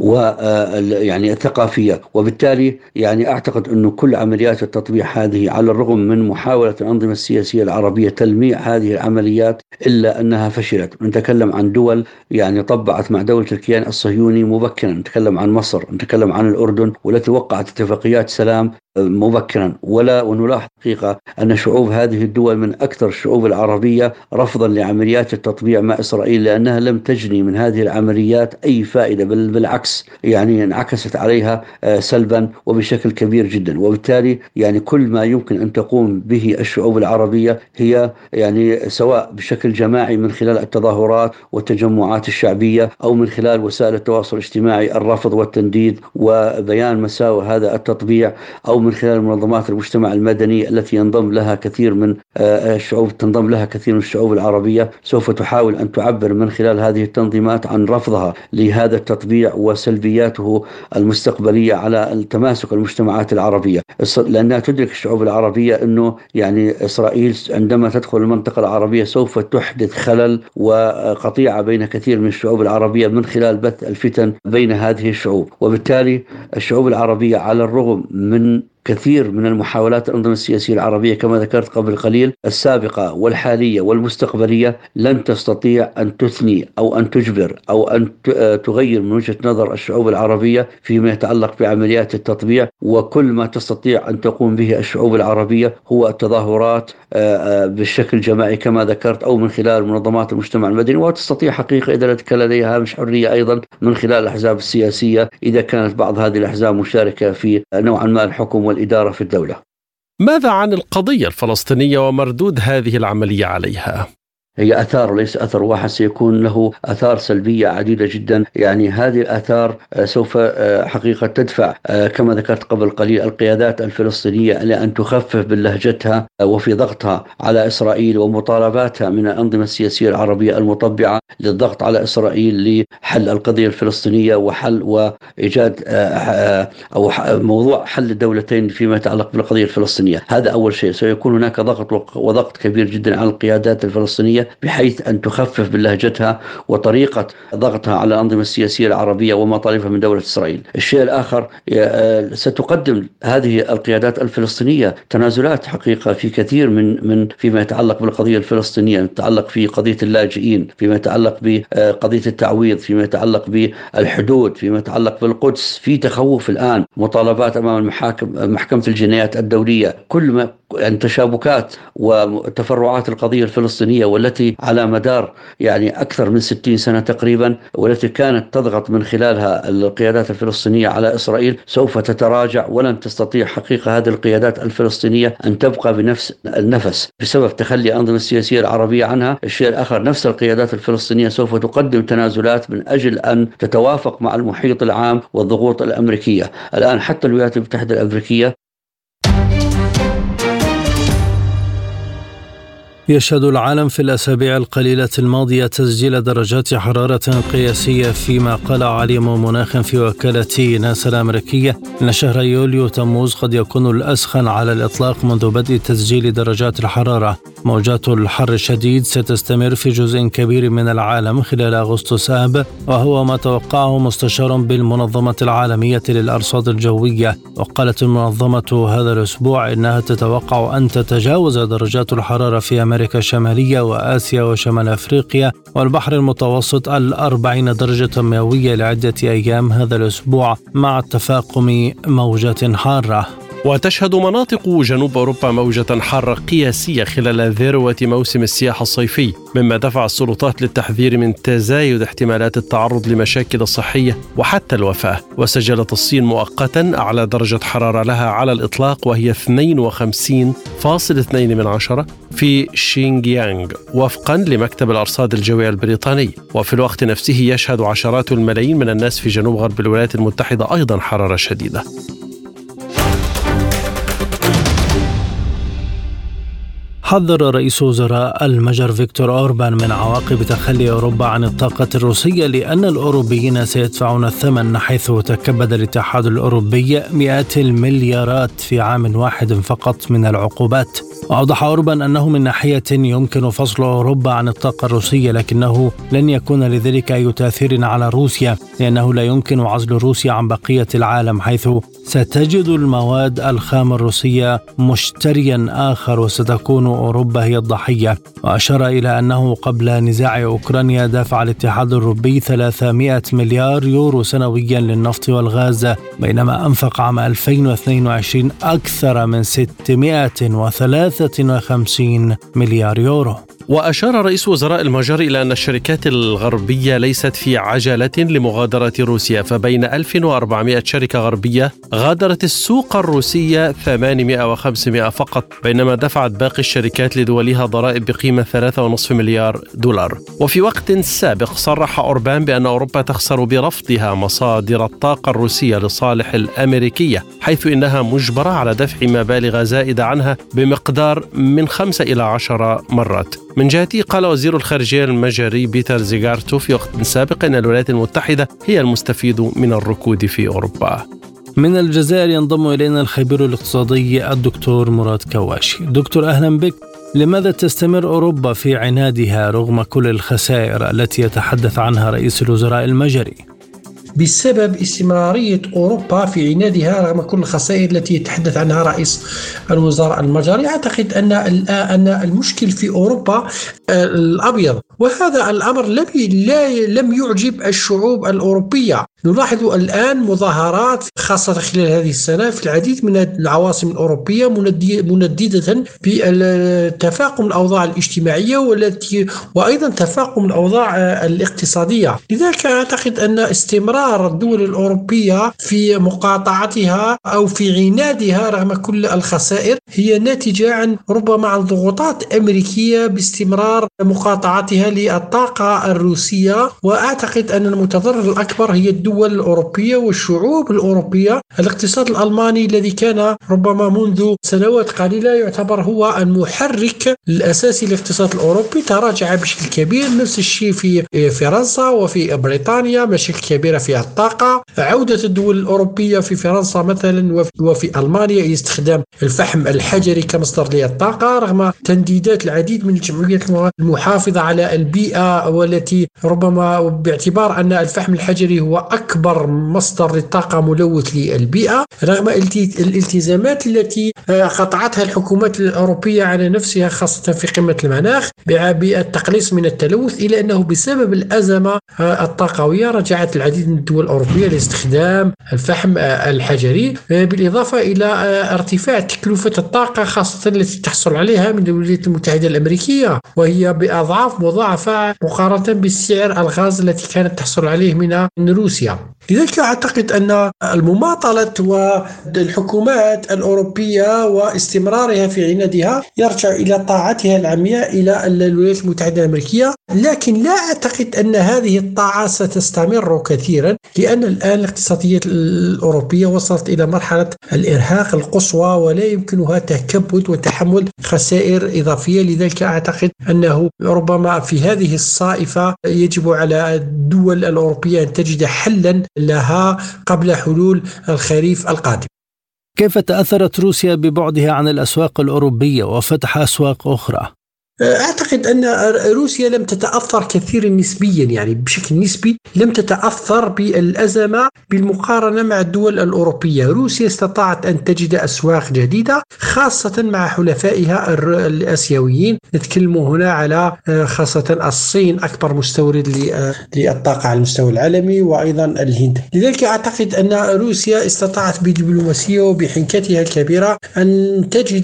ويعني الثقافية، وبالتالي يعني أعتقد أنه كل عمليات التطبيع هذه على الرغم من محاولة الأنظمة السياسية العربية تلميع هذه العمليات إلا أنها فشلت. نتكلم عن دول يعني طبعت مع دولة الكيان الصهيوني مبكرا، نتكلم عن مصر، نتكلم عن الأردن، والتي وقعت اتفاقيات سلام مبكرا. ونلاحظ حقيقة أن شعوب هذه الدول من أكثر الشعوب العربية رفضا لعمليات التطبيع مع إسرائيل، لأنها لم تجني من هذه العمليات أي فائدة، بل بالعكس يعني انعكست عليها سلبا وبشكل كبير جدا. وبالتالي يعني كل ما يمكن أن تقوم به الشعوب العربية هي يعني سواء بشكل جماعي من خلال التظاهرات والتجمعات الشعبية أو من خلال وسائل التواصل الاجتماعي الرفض والتنديد وبيان مساوئ هذا التطبيع، أو من خلال منظمات المجتمع المدني التي ينضم لها كثير من الشعوب العربية، سوف تحاول أن تعبر من خلال هذه التنظيمات عن رفضها لهذا التطبيع وسلبياته المستقبلية على التماسك المجتمعات العربية، لأنها تدرك الشعوب العربية أنه يعني إسرائيل عندما تدخل المنطقة العربية سوف تحدث خلل وقطيعة بين كثير من الشعوب العربية من خلال بث الفتن بين هذه الشعوب. وبالتالي الشعوب العربية على الرغم من كثير من المحاولات الأنظمة السياسية العربية كما ذكرت قبل قليل السابقة والحالية والمستقبلية لن تستطيع أن تثني أو أن تجبر أو أن تغير من وجهة نظر الشعوب العربية فيما يتعلق بعمليات التطبيع. وكل ما تستطيع أن تقوم به الشعوب العربية هو التظاهرات بالشكل جماعي كما ذكرت، أو من خلال منظمات المجتمع المدني، وتستطيع حقيقة إذا كان لديها هامش حرية أيضا من خلال الأحزاب السياسية إذا كانت بعض هذه الأحزاب مشاركة في نوعا ما الحكم والإدارة في الدولة. ماذا عن القضية الفلسطينية ومردود هذه العملية عليها؟ هي آثار وليس أثر واحد، سيكون له آثار سلبية عديدة جدا. يعني هذه الآثار سوف حقيقة تدفع كما ذكرت قبل قليل القيادات الفلسطينية إلى أن تخفف بلهجتها وفي ضغطها على إسرائيل ومطالباتها من الأنظمة السياسية العربية المطبعة للضغط على إسرائيل لحل القضية الفلسطينية وحل وإيجاد أو موضوع حل الدولتين فيما يتعلق بالقضية الفلسطينية. هذا أول شيء. سيكون هناك ضغط كبير جدا على القيادات الفلسطينية بحيث أن تخفف بلهجتها وطريقة ضغطها على الأنظمة السياسية العربية ومطالبها من دولة إسرائيل. الشيء الآخر، ستقدم هذه القيادات الفلسطينية تنازلات حقيقة في كثير من فيما يتعلق بالقضية الفلسطينية، يتعلق في قضية اللاجئين، فيما يتعلق بقضية التعويض، فيما يتعلق بالحدود، فيما يتعلق بالقدس. في تخوف الآن، مطالبات أمام محكمة الجنايات الدولية، كل ما تشابكات وتفرعات القضية الفلسطينية والتي على مدار يعني أكثر من 60 سنة تقريبا، والتي كانت تضغط من خلالها القيادات الفلسطينية على إسرائيل، سوف تتراجع ولن تستطيع حقيقة هذه القيادات الفلسطينية أن تبقى بنفس النفس بسبب تخلي الأنظمة السياسية العربية عنها. الشيء الآخر، نفس القيادات الفلسطينية سوف تقدم تنازلات من أجل أن تتوافق مع المحيط العام والضغوط الأمريكية. الآن حتى الولايات المتحدة الأمريكية يشهد العالم في الأسابيع القليلة الماضية تسجيل درجات حرارة قياسية، فيما قال عليم مناخ في وكالة ناسا الأمريكية إن شهر يوليو تموز قد يكون الأسخن على الإطلاق منذ بدء تسجيل درجات الحرارة. موجات الحر الشديد ستستمر في جزء كبير من العالم خلال أغسطس آب، وهو ما توقعه مستشار بالمنظمة العالمية للأرصاد الجوية. وقالت المنظمة هذا الأسبوع إنها تتوقع أن تتجاوز درجات الحرارة في أمريكا الشمالية وآسيا وشمال أفريقيا والبحر المتوسط 40 درجة مئوية لعدة أيام هذا الأسبوع، مع تفاقم موجات حارة. وتشهد مناطق جنوب أوروبا موجة حارة قياسية خلال ذروة موسم السياحة الصيفي، مما دفع السلطات للتحذير من تزايد احتمالات التعرض لمشاكل صحية وحتى الوفاة. وسجلت الصين مؤقتا أعلى درجة حرارة لها على الإطلاق، وهي 52.2 في شينجيانغ وفقا لمكتب الأرصاد الجوية البريطاني. وفي الوقت نفسه يشهد عشرات الملايين من الناس في جنوب غرب الولايات المتحدة أيضا حرارة شديدة. حذر رئيس وزراء المجر فيكتور أوربان من عواقب تخلي أوروبا عن الطاقة الروسية، لأن الأوروبيين سيدفعون الثمن، حيث تكبد الاتحاد الأوروبي مئات المليارات في عام واحد فقط من العقوبات. وأوضح أوربان أنه من ناحية يمكن فصل أوروبا عن الطاقة الروسية، لكنه لن يكون لذلك أي تأثير على روسيا، لأنه لا يمكن عزل روسيا عن بقية العالم، حيث ستجد المواد الخام الروسية مشتريا آخر وستكون أوروبا هي الضحية. وأشار إلى أنه قبل نزاع أوكرانيا دفع الاتحاد الأوروبي 300 مليار يورو سنويا للنفط والغاز، بينما أنفق عام 2022 أكثر من 653 مليار يورو. وأشار رئيس وزراء المجر إلى أن الشركات الغربية ليست في عجلة لمغادرة روسيا، فبين 1400 شركة غربية غادرت السوق الروسية 800 و500 فقط، بينما دفعت باقي الشركات لدولها ضرائب بقيمة 3.5 مليار دولار. وفي وقت سابق صرح أوربان بأن أوروبا تخسر برفضها مصادر الطاقة الروسية لصالح الأمريكية، حيث إنها مجبرة على دفع مبالغ زائدة عنها بمقدار من 5 إلى 10 مرات. من جهته قال وزير الخارجية المجري بيتر زيغارتو في وقت سابق أن الولايات المتحدة هي المستفيد من الركود في أوروبا. من الجزائر ينضم إلينا الخبير الاقتصادي الدكتور مراد كواشي. دكتور أهلا بك. لماذا تستمر أوروبا في عنادها رغم كل الخسائر التي يتحدث عنها رئيس الوزراء المجري؟ بسبب استمرارية أوروبا في عنادها رغم كل الخسائر التي يتحدث عنها رئيس الوزراء المجري. أعتقد أن المشكل في أوروبا الأبيض وهذا الأمر لم يعجب الشعوب الأوروبية. نلاحظ الآن مظاهرات خاصة خلال هذه السنة في العديد من العواصم الأوروبية منددة بتفاقم الأوضاع الاجتماعية وأيضا تفاقم الأوضاع الاقتصادية. لذلك أعتقد أن استمرار الدول الأوروبية في مقاطعتها أو في عنادها رغم كل الخسائر هي ناتجة عن ربما عن ضغوطات أمريكية باستمرار مقاطعتها للطاقة الروسية. وأعتقد أن المتضرر الأكبر هي الدول الأوروبية والشعوب الأوروبية. الاقتصاد الألماني الذي كان ربما منذ سنوات قليلة يعتبر هو المحرك الأساسي للاقتصاد الأوروبي تراجع بشكل كبير. نفس الشيء في فرنسا وفي بريطانيا، مشاكل كبيرة في الطاقة. عودة الدول الأوروبية في فرنسا مثلا وفي ألمانيا إلى استخدام الفحم الحجري كمصدر للطاقة رغم تنديدات العديد من الجمعيات المحافظة على البيئة، والتي ربما باعتبار أن الفحم الحجري هو أكبر مصدر للطاقة ملوث للبيئة، رغم الالتزامات التي قطعتها الحكومات الأوروبية على نفسها خاصة في قمة المناخ بالتقليص من التلوث، إلا أنه بسبب الأزمة الطاقوية رجعت العديد من الدول الأوروبية لاستخدام الفحم الحجري، بالإضافة إلى ارتفاع تكلفة الطاقة خاصة التي تحصل عليها من الولايات المتحدة الأمريكية، وهي بأضعاف مضاعفة مقارنة بالسعر الغاز التي كانت تحصل عليه من روسيا. لذلك أعتقد أن المماطلة والحكومات الأوروبية واستمرارها في عنادها يرجع إلى طاعتها العمياء إلى الولايات المتحدة الأمريكية، لكن لا أعتقد أن هذه الطاعة ستستمر كثيرا، لأن الآن الاقتصاديات الأوروبية وصلت إلى مرحلة الإرهاق القصوى ولا يمكنها تكبد وتحمل خسائر إضافية. لذلك أعتقد أنه ربما في هذه الصائفة يجب على الدول الأوروبية أن تجد حلا لها قبل حلول الخريف القادم. كيف تأثرت روسيا ببعدها عن الأسواق الأوروبية وفتح أسواق أخرى؟ أعتقد أن روسيا لم تتأثر كثيرا نسبيا، يعني بشكل نسبي لم تتأثر بالأزمة بالمقارنة مع الدول الأوروبية. روسيا استطاعت أن تجد أسواق جديدة خاصة مع حلفائها الآسيويين. نتكلم هنا على خاصة الصين أكبر مستورد للطاقة على المستوى العالمي، وأيضا الهند. لذلك أعتقد أن روسيا استطاعت بدبلوماسية وبحنكتها الكبيرة أن تجد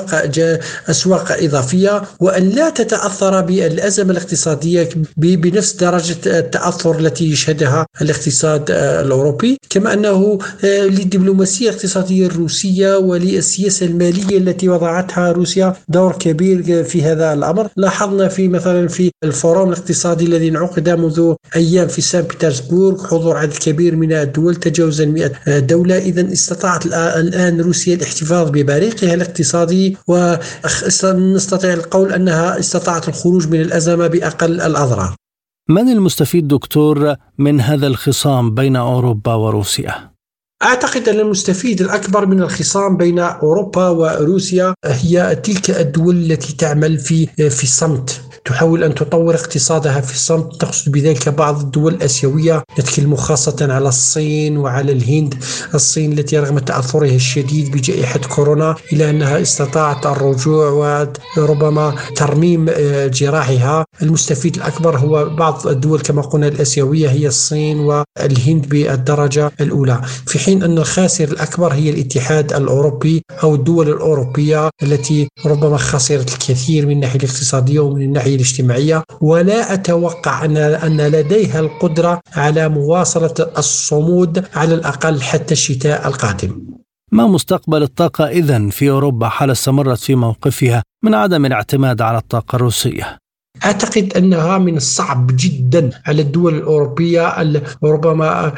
أسواق إضافية وأن لا تتأثر بالأزمة الاقتصادية بنفس درجة التأثر التي يشهدها الاقتصاد الأوروبي. كما أنه للدبلوماسية الاقتصادية الروسية وللسياسة المالية التي وضعتها روسيا دور كبير في هذا الأمر. لاحظنا مثلا في الفورم الاقتصادي الذي انعقد منذ أيام في سان بطرسبورغ حضور عدد كبير من الدول تجاوز 100 دولة. إذن استطاعت الآن روسيا الاحتفاظ ببريقها الاقتصادي، ونستطيع القول أنها استطاعت الخروج من الأزمة بأقل الأضرار. من المستفيد دكتور من هذا الخصام بين أوروبا وروسيا؟ أعتقد أن المستفيد الأكبر من الخصام بين أوروبا وروسيا هي تلك الدول التي تعمل في الصمت، تحاول أن تطور اقتصادها في الصمت. تقصد بذلك بعض الدول الآسيوية، نتكلم خاصة على الصين وعلى الهند. الصين التي رغم تأثرها الشديد بجائحة كورونا إلا أنها استطاعت الرجوع وربما ترميم جراحها. المستفيد الأكبر هو بعض الدول كما قلنا الآسيوية، هي الصين والهند بالدرجة الأولى، في حين أن الخاسر الأكبر هي الاتحاد الأوروبي أو الدول الأوروبية التي ربما خسرت الكثير من الناحية الاقتصادية ومن الناحية الاجتماعية، ولا أتوقع أن لديها القدرة على مواصلة الصمود على الأقل حتى الشتاء القادم. ما مستقبل الطاقة إذن في أوروبا حال استمرت في موقفها من عدم الاعتماد على الطاقة الروسية؟ أعتقد أنها من الصعب جدا على الدول الأوروبية ربما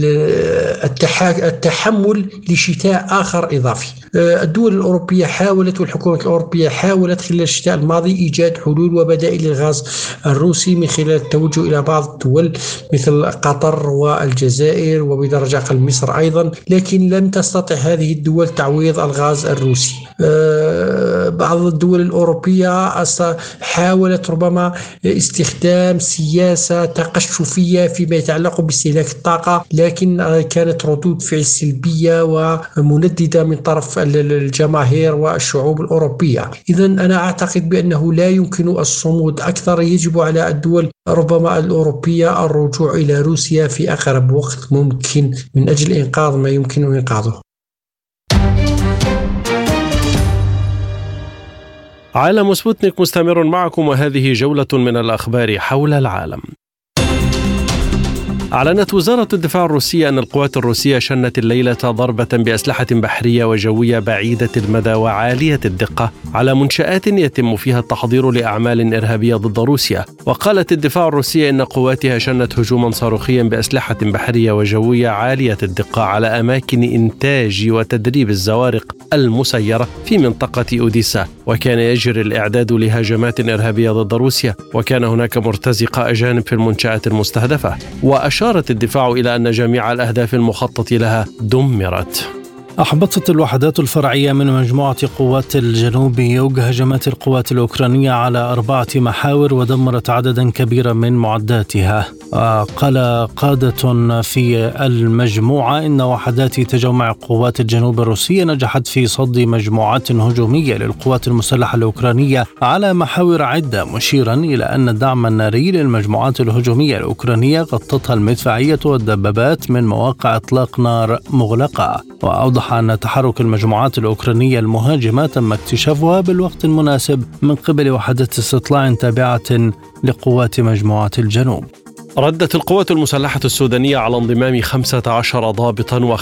التحمل لشتاء آخر إضافي. الدول الأوروبية حاولت والحكومة الأوروبية حاولت خلال الشتاء الماضي إيجاد حلول وبدائل للغاز الروسي من خلال التوجه إلى بعض الدول مثل قطر والجزائر وبدرجة أقل مصر أيضا، لكن لم تستطع هذه الدول تعويض الغاز الروسي. بعض الدول الأوروبية حاولت ربما ربما استخدام سياسة تقشفية فيما يتعلق باستهلاك الطاقة، لكن كانت ردود فعل سلبية ومنددة من طرف الجماهير والشعوب الأوروبية. إذن أنا أعتقد بأنه لا يمكن الصمود أكثر، يجب على الدول ربما الأوروبية الرجوع إلى روسيا في أقرب وقت ممكن من أجل إنقاذ ما يمكن إنقاذه. عالم سبوتنيك مستمر معكم، وهذه جولة من الأخبار حول العالم. أعلنت وزارة الدفاع الروسية أن القوات الروسية شنت الليلة ضربة بأسلحة بحرية وجوية بعيدة المدى وعالية الدقة على منشآت يتم فيها التحضير لأعمال إرهابية ضد روسيا. وقالت الدفاع الروسية إن قواتها شنت هجوما صاروخيا بأسلحة بحرية وجوية عالية الدقة على أماكن إنتاج وتدريب الزوارق المسيرة في منطقة أوديسا، وكان يجري الإعداد لهجمات إرهابية ضد روسيا، وكان هناك مرتزقة أجانب في المنشآت المستهدفة. وأشارت الدفاع إلى أن جميع الأهداف المخطط لها دمرت. أحبطت الوحدات الفرعية من مجموعة قوات الجنوب يوغ هجمات القوات الأوكرانية على 4 محاور ودمرت عددا كبيرا من معداتها. قال قادة في المجموعة إن وحدات تجمع قوات الجنوب الروسية نجحت في صد مجموعات هجومية للقوات المسلحة الأوكرانية على محاور عدة، مشيرا إلى أن الدعم الناري للمجموعات الهجومية الأوكرانية غطتها المدفعية والدبابات من مواقع إطلاق نار مغلقة. وأوضح أن تحرك المجموعات الأوكرانية المهاجمة تم اكتشافها بالوقت المناسب من قبل وحدات استطلاع تابعة لقوات مجموعة الجنوب. ردت القوات المسلحة السودانية على انضمام 15 ضابطا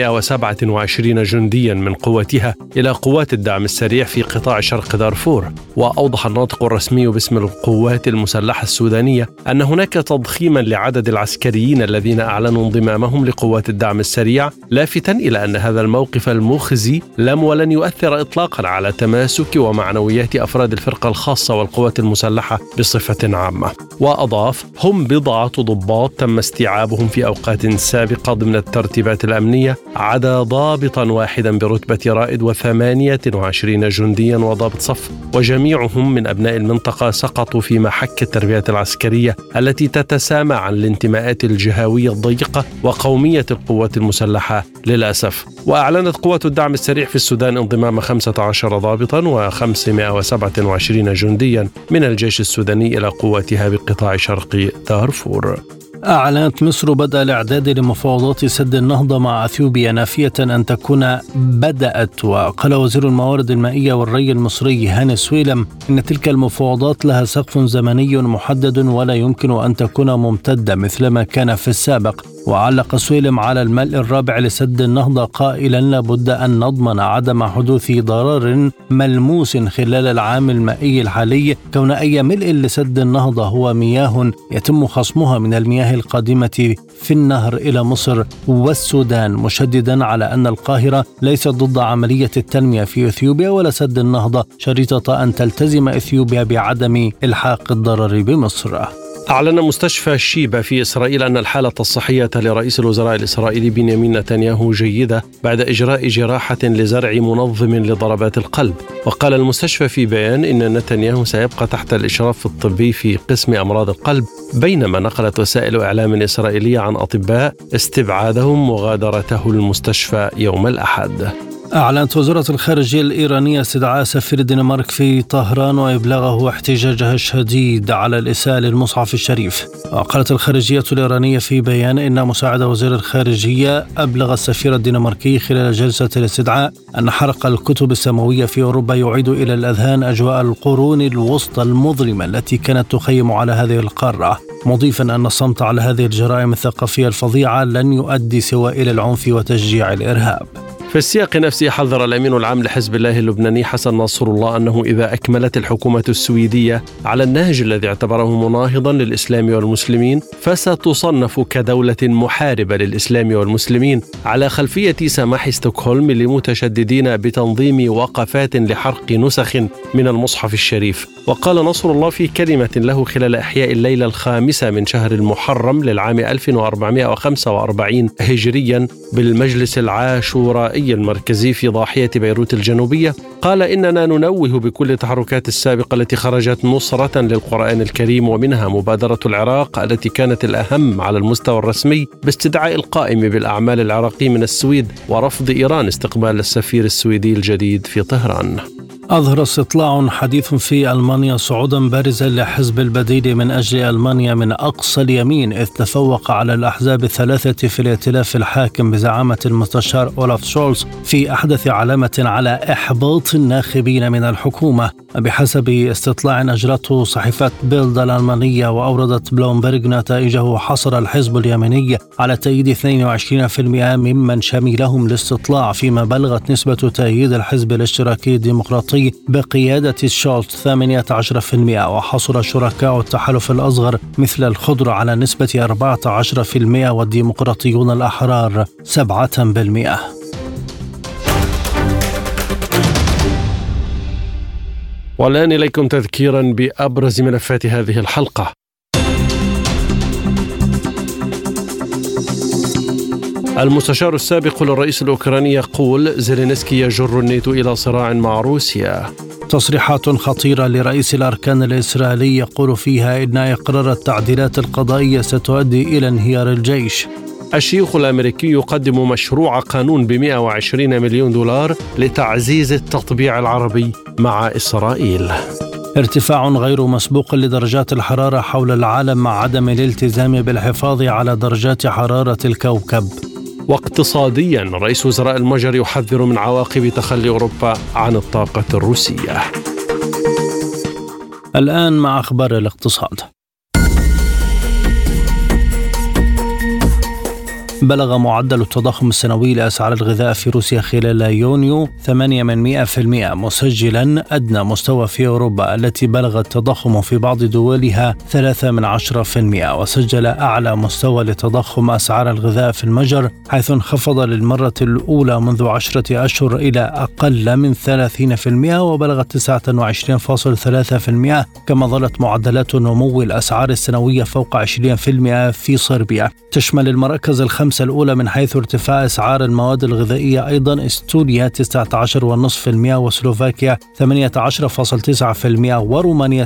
و527 جنديا من قواتها إلى قوات الدعم السريع في قطاع شرق دارفور. وأوضح الناطق الرسمي باسم القوات المسلحة السودانية أن هناك تضخيما لعدد العسكريين الذين أعلنوا انضمامهم لقوات الدعم السريع، لافتا إلى أن هذا الموقف المخزي لم ولن يؤثر إطلاقا على تماسك ومعنويات أفراد الفرقة الخاصة والقوات المسلحة بصفة عامة. وأضاف: هم بضعة ضباط تم استيعابهم في أوقات سابقة ضمن الترتيبات الأمنية، عدا ضابطا واحدا برتبة رائد و28 جنديا وضابط صف، وجميعهم من أبناء المنطقة سقطوا في محك التربية العسكرية التي تتسامى عن الانتماءات الجهوية الضيقة وقومية القوات المسلحة للأسف. وأعلنت قوات الدعم السريع في السودان انضمام 15 ضابطا و527 جنديا من الجيش السوداني إلى قواتها بقطاع شرق دارفور. أعلنت مصر بدء الإعداد لمفاوضات سد النهضة مع أثيوبيا، نافية أن تكون بدأت. وقال وزير الموارد المائية والري المصري هاني سويلم إن تلك المفاوضات لها سقف زمني محدد ولا يمكن أن تكون ممتدة مثلما كان في السابق. وعلق سويلم على الملء الرابع لسد النهضة قائلا: لابد أن نضمن عدم حدوث ضرر ملموس خلال العام المائي الحالي، كون أي ملء لسد النهضة هو مياه يتم خصمها من المياه القادمة في النهر إلى مصر والسودان، مشددا على أن القاهرة ليست ضد عملية التنمية في إثيوبيا ولا سد النهضة، شريطة أن تلتزم إثيوبيا بعدم إلحاق الضرر بمصر. أعلن مستشفى شيبا في إسرائيل أن الحالة الصحية لرئيس الوزراء الإسرائيلي بنيامين نتنياهو جيدة بعد إجراء جراحة لزرع منظم لضربات القلب. وقال المستشفى في بيان إن نتنياهو سيبقى تحت الإشراف الطبي في قسم أمراض القلب، بينما نقلت وسائل إعلام إسرائيلية عن أطباء استبعادهم مغادرته المستشفى يوم الأحد. أعلنت وزارة الخارجية الإيرانية استدعاء سفير الدنمارك في طهران وإبلاغه احتجاجها الشديد على الإساءة للمصحف الشريف. وقالت الخارجية الإيرانية في بيان إن مساعد وزير الخارجية أبلغ السفير الدنماركي خلال جلسة الاستدعاء أن حرق الكتب السماوية في أوروبا يعيد إلى الأذهان أجواء القرون الوسطى المظلمة التي كانت تخيم على هذه القارة، مضيفا أن الصمت على هذه الجرائم الثقافية الفظيعة لن يؤدي سوى إلى العنف وتشجيع الإرهاب. في السياق نفسه حذر الأمين العام لحزب الله اللبناني حسن نصر الله أنه إذا أكملت الحكومة السويدية على النهج الذي اعتبره مناهضا للإسلام والمسلمين فستصنف كدولة محاربة للإسلام والمسلمين على خلفية سماح ستوكهولم للمتشددين بتنظيم وقفات لحرق نسخ من المصحف الشريف. وقال نصر الله في كلمة له خلال إحياء الليلة الخامسة من شهر المحرم للعام 1445 هجريا بالمجلس العاشورائي السينمائي المركزي في ضاحية بيروت الجنوبية، قال إننا ننوه بكل التحركات السابقة التي خرجت نصرة للقرآن الكريم، ومنها مبادرة العراق التي كانت الأهم على المستوى الرسمي باستدعاء القائم بالأعمال العراقي من السويد ورفض إيران استقبال السفير السويدي الجديد في طهران. أظهر استطلاع حديث في ألمانيا صعودا بارزا لحزب البديل من أجل ألمانيا من أقصى اليمين، إذ تفوق على الأحزاب الثلاثة في الائتلاف الحاكم بزعامة المستشار أولاف شولز في أحدث علامة على إحباط الناخبين من الحكومة. بحسب استطلاع أجرته صحيفة بيلد الألمانية وأوردت بلومبرغ نتائجه، حصل الحزب اليميني على تأييد 22% ممن شملهم الاستطلاع، فيما بلغت نسبة تأييد الحزب الاشتراكي الديمقراطي بقيادة شولز 18%، وحصل شركاء التحالف الأصغر مثل الخضر على نسبة 14% والديمقراطيون الأحرار 7%. والآن إليكم تذكيرا بأبرز ملفات هذه الحلقة. المستشار السابق للرئيس الأوكراني يقول زيلينسكي يجر الناتو إلى صراع مع روسيا. تصريحات خطيرة لرئيس الأركان الإسرائيلي يقول فيها إن إقرار التعديلات القضائية ستؤدي إلى انهيار الجيش. الشيوخ الأمريكي يقدم مشروع قانون ب$120 مليون لتعزيز التطبيع العربي مع إسرائيل. ارتفاع غير مسبوق لدرجات الحرارة حول العالم مع عدم الالتزام بالحفاظ على درجات حرارة الكوكب. واقتصاديا، رئيس وزراء المجر يحذر من عواقب تخلي أوروبا عن الطاقة الروسية. الآن مع أخبار الاقتصاد. بلغ معدل التضخم السنوي لأسعار الغذاء في روسيا خلال يونيو 8%، مسجلا أدنى مستوى في أوروبا التي بلغ التضخم في بعض دولها 3%، وسجل أعلى مستوى لتضخم أسعار الغذاء في المجر، حيث انخفض للمرة الأولى منذ 10 أشهر إلى أقل من 30% وبلغ 29.3%، كما ظلت معدلات نمو الأسعار السنوية فوق 20% في صربيا. تشمل المراكز الخمسة الأولى من حيث ارتفاع أسعار المواد الغذائية أيضا استونيا 19.5%، وسلوفاكيا 18.9%، ورومانيا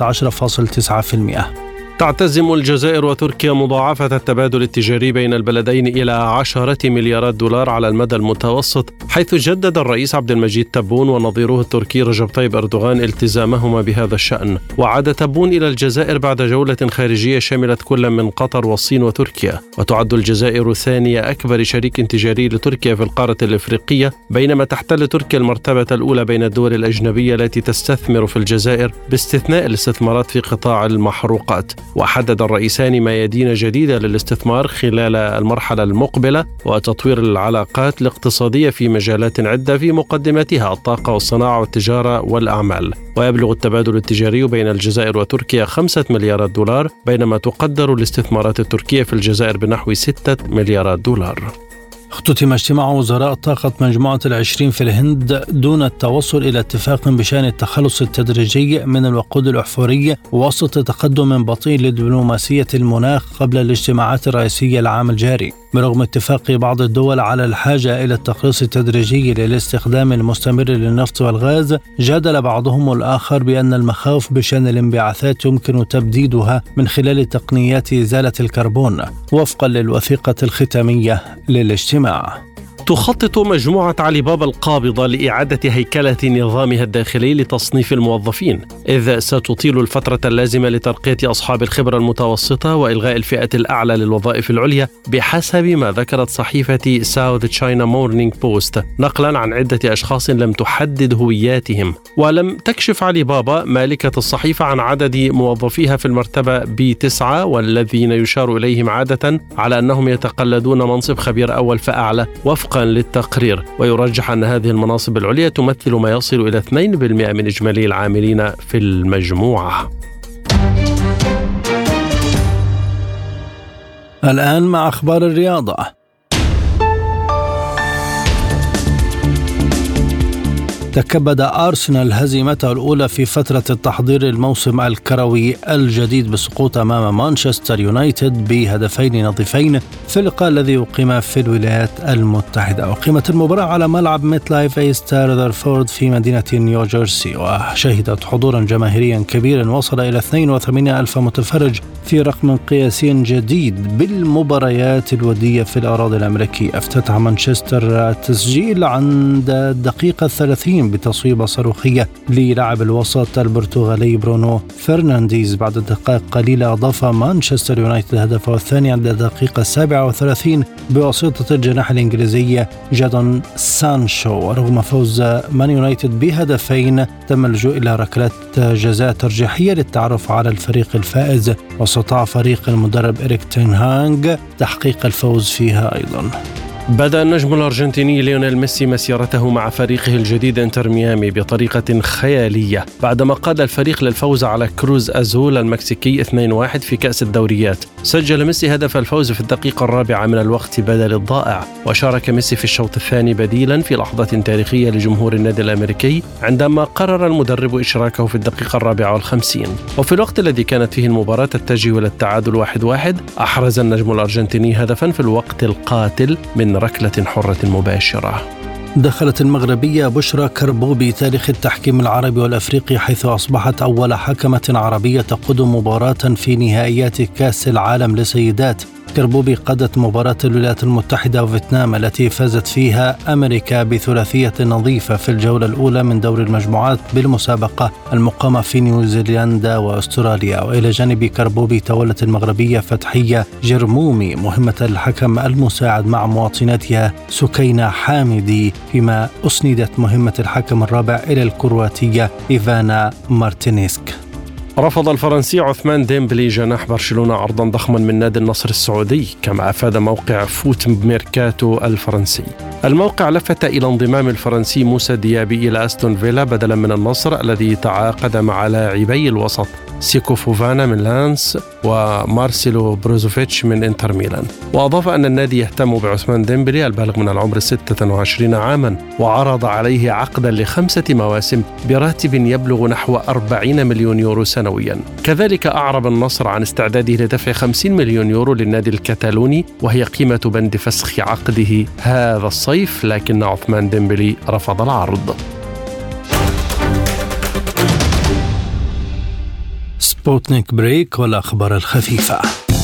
17.9%. تعتزم الجزائر وتركيا مضاعفة التبادل التجاري بين البلدين إلى 10 مليارات دولار على المدى المتوسط، حيث جدد الرئيس عبد المجيد تبون ونظيره التركي رجب طيب أردوغان التزامهما بهذا الشأن. وعاد تبون إلى الجزائر بعد جولة خارجية شملت كل من قطر والصين وتركيا. وتعد الجزائر ثاني أكبر شريك تجاري لتركيا في القارة الإفريقية، بينما تحتل تركيا المرتبة الأولى بين الدول الأجنبية التي تستثمر في الجزائر، باستثناء الاستثمارات في قطاع المحروقات. وحدد الرئيسان ميادين جديدة للاستثمار خلال المرحلة المقبلة وتطوير العلاقات الاقتصادية في مجالات عدة، في مقدمتها الطاقة والصناعة والتجارة والأعمال. ويبلغ التبادل التجاري بين الجزائر وتركيا 5 مليارات دولار، بينما تقدر الاستثمارات التركية في الجزائر بنحو 6 مليارات دولار. اختتم اجتماع وزراء طاقة مجموعة ال20 في الهند دون التوصل إلى اتفاق بشأن التخلص التدريجي من الوقود الأحفوري وسط تقدم بطيء لدبلوماسية المناخ قبل الاجتماعات الرئيسية العام الجاري. برغم اتفاق بعض الدول على الحاجة إلى التخليص التدريجي للاستخدام المستمر للنفط والغاز، جادل بعضهم الآخر بأن المخاوف بشأن الانبعاثات يمكن تبديدها من خلال تقنيات إزالة الكربون، وفقا للوثيقة الختامية للاجتماع. تخطط مجموعة علي بابا القابضة لإعادة هيكلة نظامها الداخلي لتصنيف الموظفين، إذ ستطيل الفترة اللازمة لترقية أصحاب الخبرة المتوسطة وإلغاء الفئة الأعلى للوظائف العليا، بحسب ما ذكرت صحيفة ساوث تشاينا مورنينج بوست نقلا عن عدة أشخاص لم تحدد هوياتهم. ولم تكشف علي بابا مالكة الصحيفة عن عدد موظفيها في المرتبة B9، والذين يشار إليهم عادة على أنهم يتقلدون منصب خبير أول فأعلى وفقا للتقرير. ويرجح أن هذه المناصب العليا تمثل ما يصل إلى 2% من إجمالي العاملين في المجموعة. الآن مع أخبار الرياضة. تكبد أرسنال هزيمته الأولى في فترة التحضير للموسم الكروي الجديد بسقوط أمام مانشستر يونايتد بهدفين نظيفين في اللقاء الذي أقيم في الولايات المتحدة. أقيمت المباراة على ملعب ميتلايف إيست رذرفورد في مدينة نيوجيرسي، وشهدت حضورا جماهيريا كبيرا وصل إلى 82,000 متفرج في رقم قياسي جديد بالمباريات الودية في الأراضي الأمريكية. افتتح مانشستر التسجيل عند الدقيقة 30 بتصويبة صاروخية للاعب الوسط البرتغالي برونو فرنانديز. بعد دقائق قليلة أضاف مانشستر يونايتد هدفه الثاني عند الدقيقة 37 بواسطة الجناح الإنجليزي جادون سانشو. ورغم فوز مان يونايتد بهدفين تم اللجوء إلى ركلات جزاء ترجيحية للتعرف على الفريق الفائز، واستطاع فريق المدرب إريك تين هانغ تحقيق الفوز فيها أيضا. بدأ النجم الأرجنتيني ليونيل ميسي مسيرته مع فريقه الجديد انتر ميامي بطريقة خيالية بعدما قاد الفريق للفوز على كروز أزول المكسيكي 2-1 في كأس الدوريات. سجل ميسي هدف الفوز في الدقيقة 4 من الوقت بدل الضائع، وشارك ميسي في الشوط الثاني بديلا في لحظة تاريخية لجمهور النادي الأمريكي عندما قرر المدرب إشراكه في الدقيقة 54. وفي الوقت الذي كانت فيه المباراة تتجه إلى التعادل 1-1 أحرز النجم الأرجنتيني هدفا في الوقت القاتل من ركلة حرة مباشرة. دخلت المغربية بشرى كربوبي تاريخ التحكيم العربي والأفريقي، حيث أصبحت أول حكمة عربية تقود مباراة في نهائيات كأس العالم لسيدات. كربوبي قادت مباراة الولايات المتحدة وفيتنام التي فازت فيها أمريكا بثلاثية نظيفة في الجولة الأولى من دور المجموعات بالمسابقة المقامة في نيوزيلندا وأستراليا. وإلى جانب كربوبي تولت المغربية فتحية جرمومي مهمة الحكم المساعد مع مواطنتها سكينة حامدي، فيما أسندت مهمة الحكم الرابع إلى الكرواتية إيفانا مارتينيسك. رفض الفرنسي عثمان ديمبلي جناح برشلونة عرضا ضخما من نادي النصر السعودي، كما أفاد موقع فوت ميركاتو الفرنسي. الموقع لفت إلى انضمام الفرنسي موسى ديابي إلى أستون فيلا بدلا من النصر الذي تعاقد مع لاعبي الوسط سيكو فوفانا من لانس ومارسيلو بروزوفيتش من انتر ميلان. وأضاف أن النادي يهتم بعثمان ديمبلي البالغ من العمر 26 عاما، وعرض عليه عقدا ل5 مواسم براتب يبلغ نحو 40 مليون يورو سنويا. كذلك أعرب النصر عن استعداده لدفع 50 مليون يورو للنادي الكتالوني، وهي قيمة بند فسخ عقده هذا الصيف، لكن عثمان ديمبلي رفض العرض. سبوتنيك بريك والأخبار الخفيفة.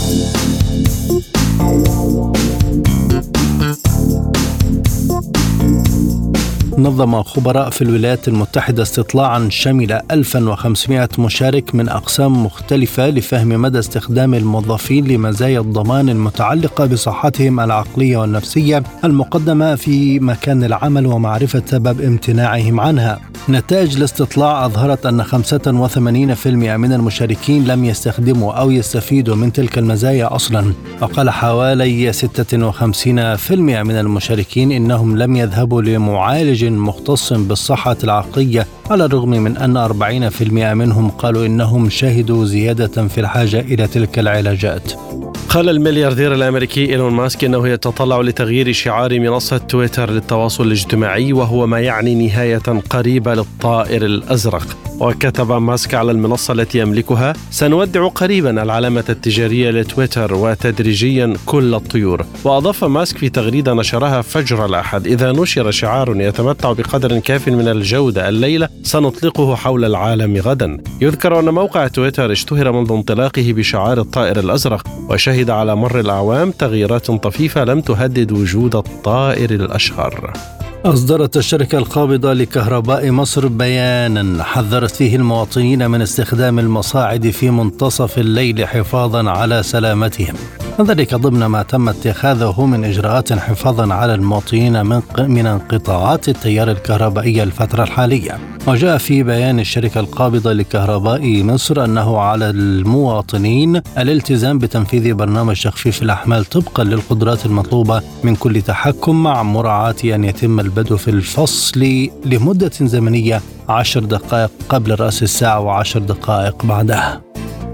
نظم خبراء في الولايات المتحدة استطلاعا شمل 1500 مشارك من أقسام مختلفة لفهم مدى استخدام الموظفين لمزايا الضمان المتعلقة بصحتهم العقلية والنفسية المقدمة في مكان العمل ومعرفة سبب امتناعهم عنها. نتائج الاستطلاع أظهرت أن 85% من المشاركين لم يستخدموا أو يستفيدوا من تلك المزايا أصلا، وقال حوالي 56% من المشاركين إنهم لم يذهبوا لمعالج مختص بالصحة العقلية، على الرغم من أن 40% منهم قالوا إنهم شهدوا زيادة في الحاجة إلى تلك العلاجات. قال الملياردير الأمريكي إيلون ماسك إنه يتطلع لتغيير شعار منصة تويتر للتواصل الاجتماعي، وهو ما يعني نهاية قريبة للطائر الأزرق. وكتب ماسك على المنصة التي يملكها: سنودع قريبا العلامة التجارية لتويتر وتدريجيا كل الطيور. وأضاف ماسك في تغريدة نشرها فجر الأحد: إذا نشر شعار يتمتع بقدر كاف من الجودة الليلة سنطلقه حول العالم غدا. يذكر أن موقع تويتر اشتهر منذ انطلاقه بشعار الطائر الأزرق، وشهد على مر الأعوام تغييرات طفيفة لم تهدد وجود الطائر الأشهر. أصدرت الشركة القابضة لكهرباء مصر بيانا حذرت فيه المواطنين من استخدام المصاعد في منتصف الليل حفاظا على سلامتهم، وذلك ضمن ما تم اتخاذه من إجراءات حفاظا على المواطنين من انقطاعات التيار الكهربائي الفترة الحالية. وجاء في بيان الشركة القابضة لكهرباء مصر أنه على المواطنين الالتزام بتنفيذ برنامج تخفيف الأحمال طبقا للقدرات المطلوبة من كل تحكم، مع مراعاة أن يتم البدء في الفصل لمدة زمنية 10 دقائق قبل رأس الساعة و10 دقائق بعدها.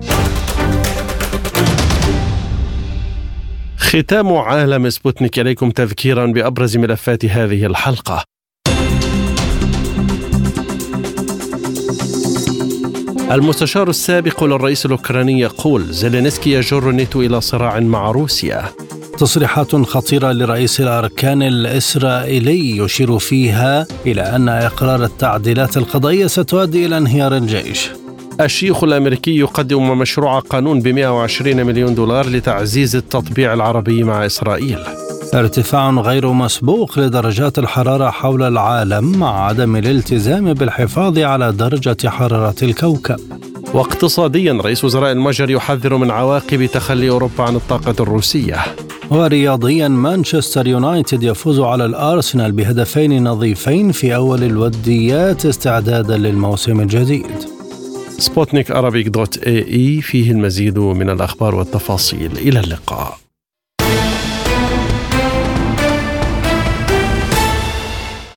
ختام عالم سبوتنيك إليكم تذكيرا بأبرز ملفات هذه الحلقة. المستشار السابق للرئيس الأوكراني يقول زيلينسكي يجر الناتو إلى صراع مع روسيا. تصريحات خطيرة لرئيس الأركان الإسرائيلي يشير فيها إلى أن إقرار التعديلات القضائية ستؤدي إلى انهيار الجيش. الشيخ الأمريكي يقدم مشروع قانون ب$120 مليون لتعزيز التطبيع العربي مع إسرائيل. ارتفاع غير مسبوق لدرجات الحرارة حول العالم مع عدم الالتزام بالحفاظ على درجة حرارة الكوكب. واقتصاديا رئيس وزراء المجر يحذر من عواقب تخلي أوروبا عن الطاقة الروسية. ورياضيا مانشستر يونايتد يفوز على الأرسنال بهدفين نظيفين في أول الوديات استعدادا للموسم الجديد. سبوتنيك Arabic.ae فيه المزيد من الأخبار والتفاصيل. إلى اللقاء.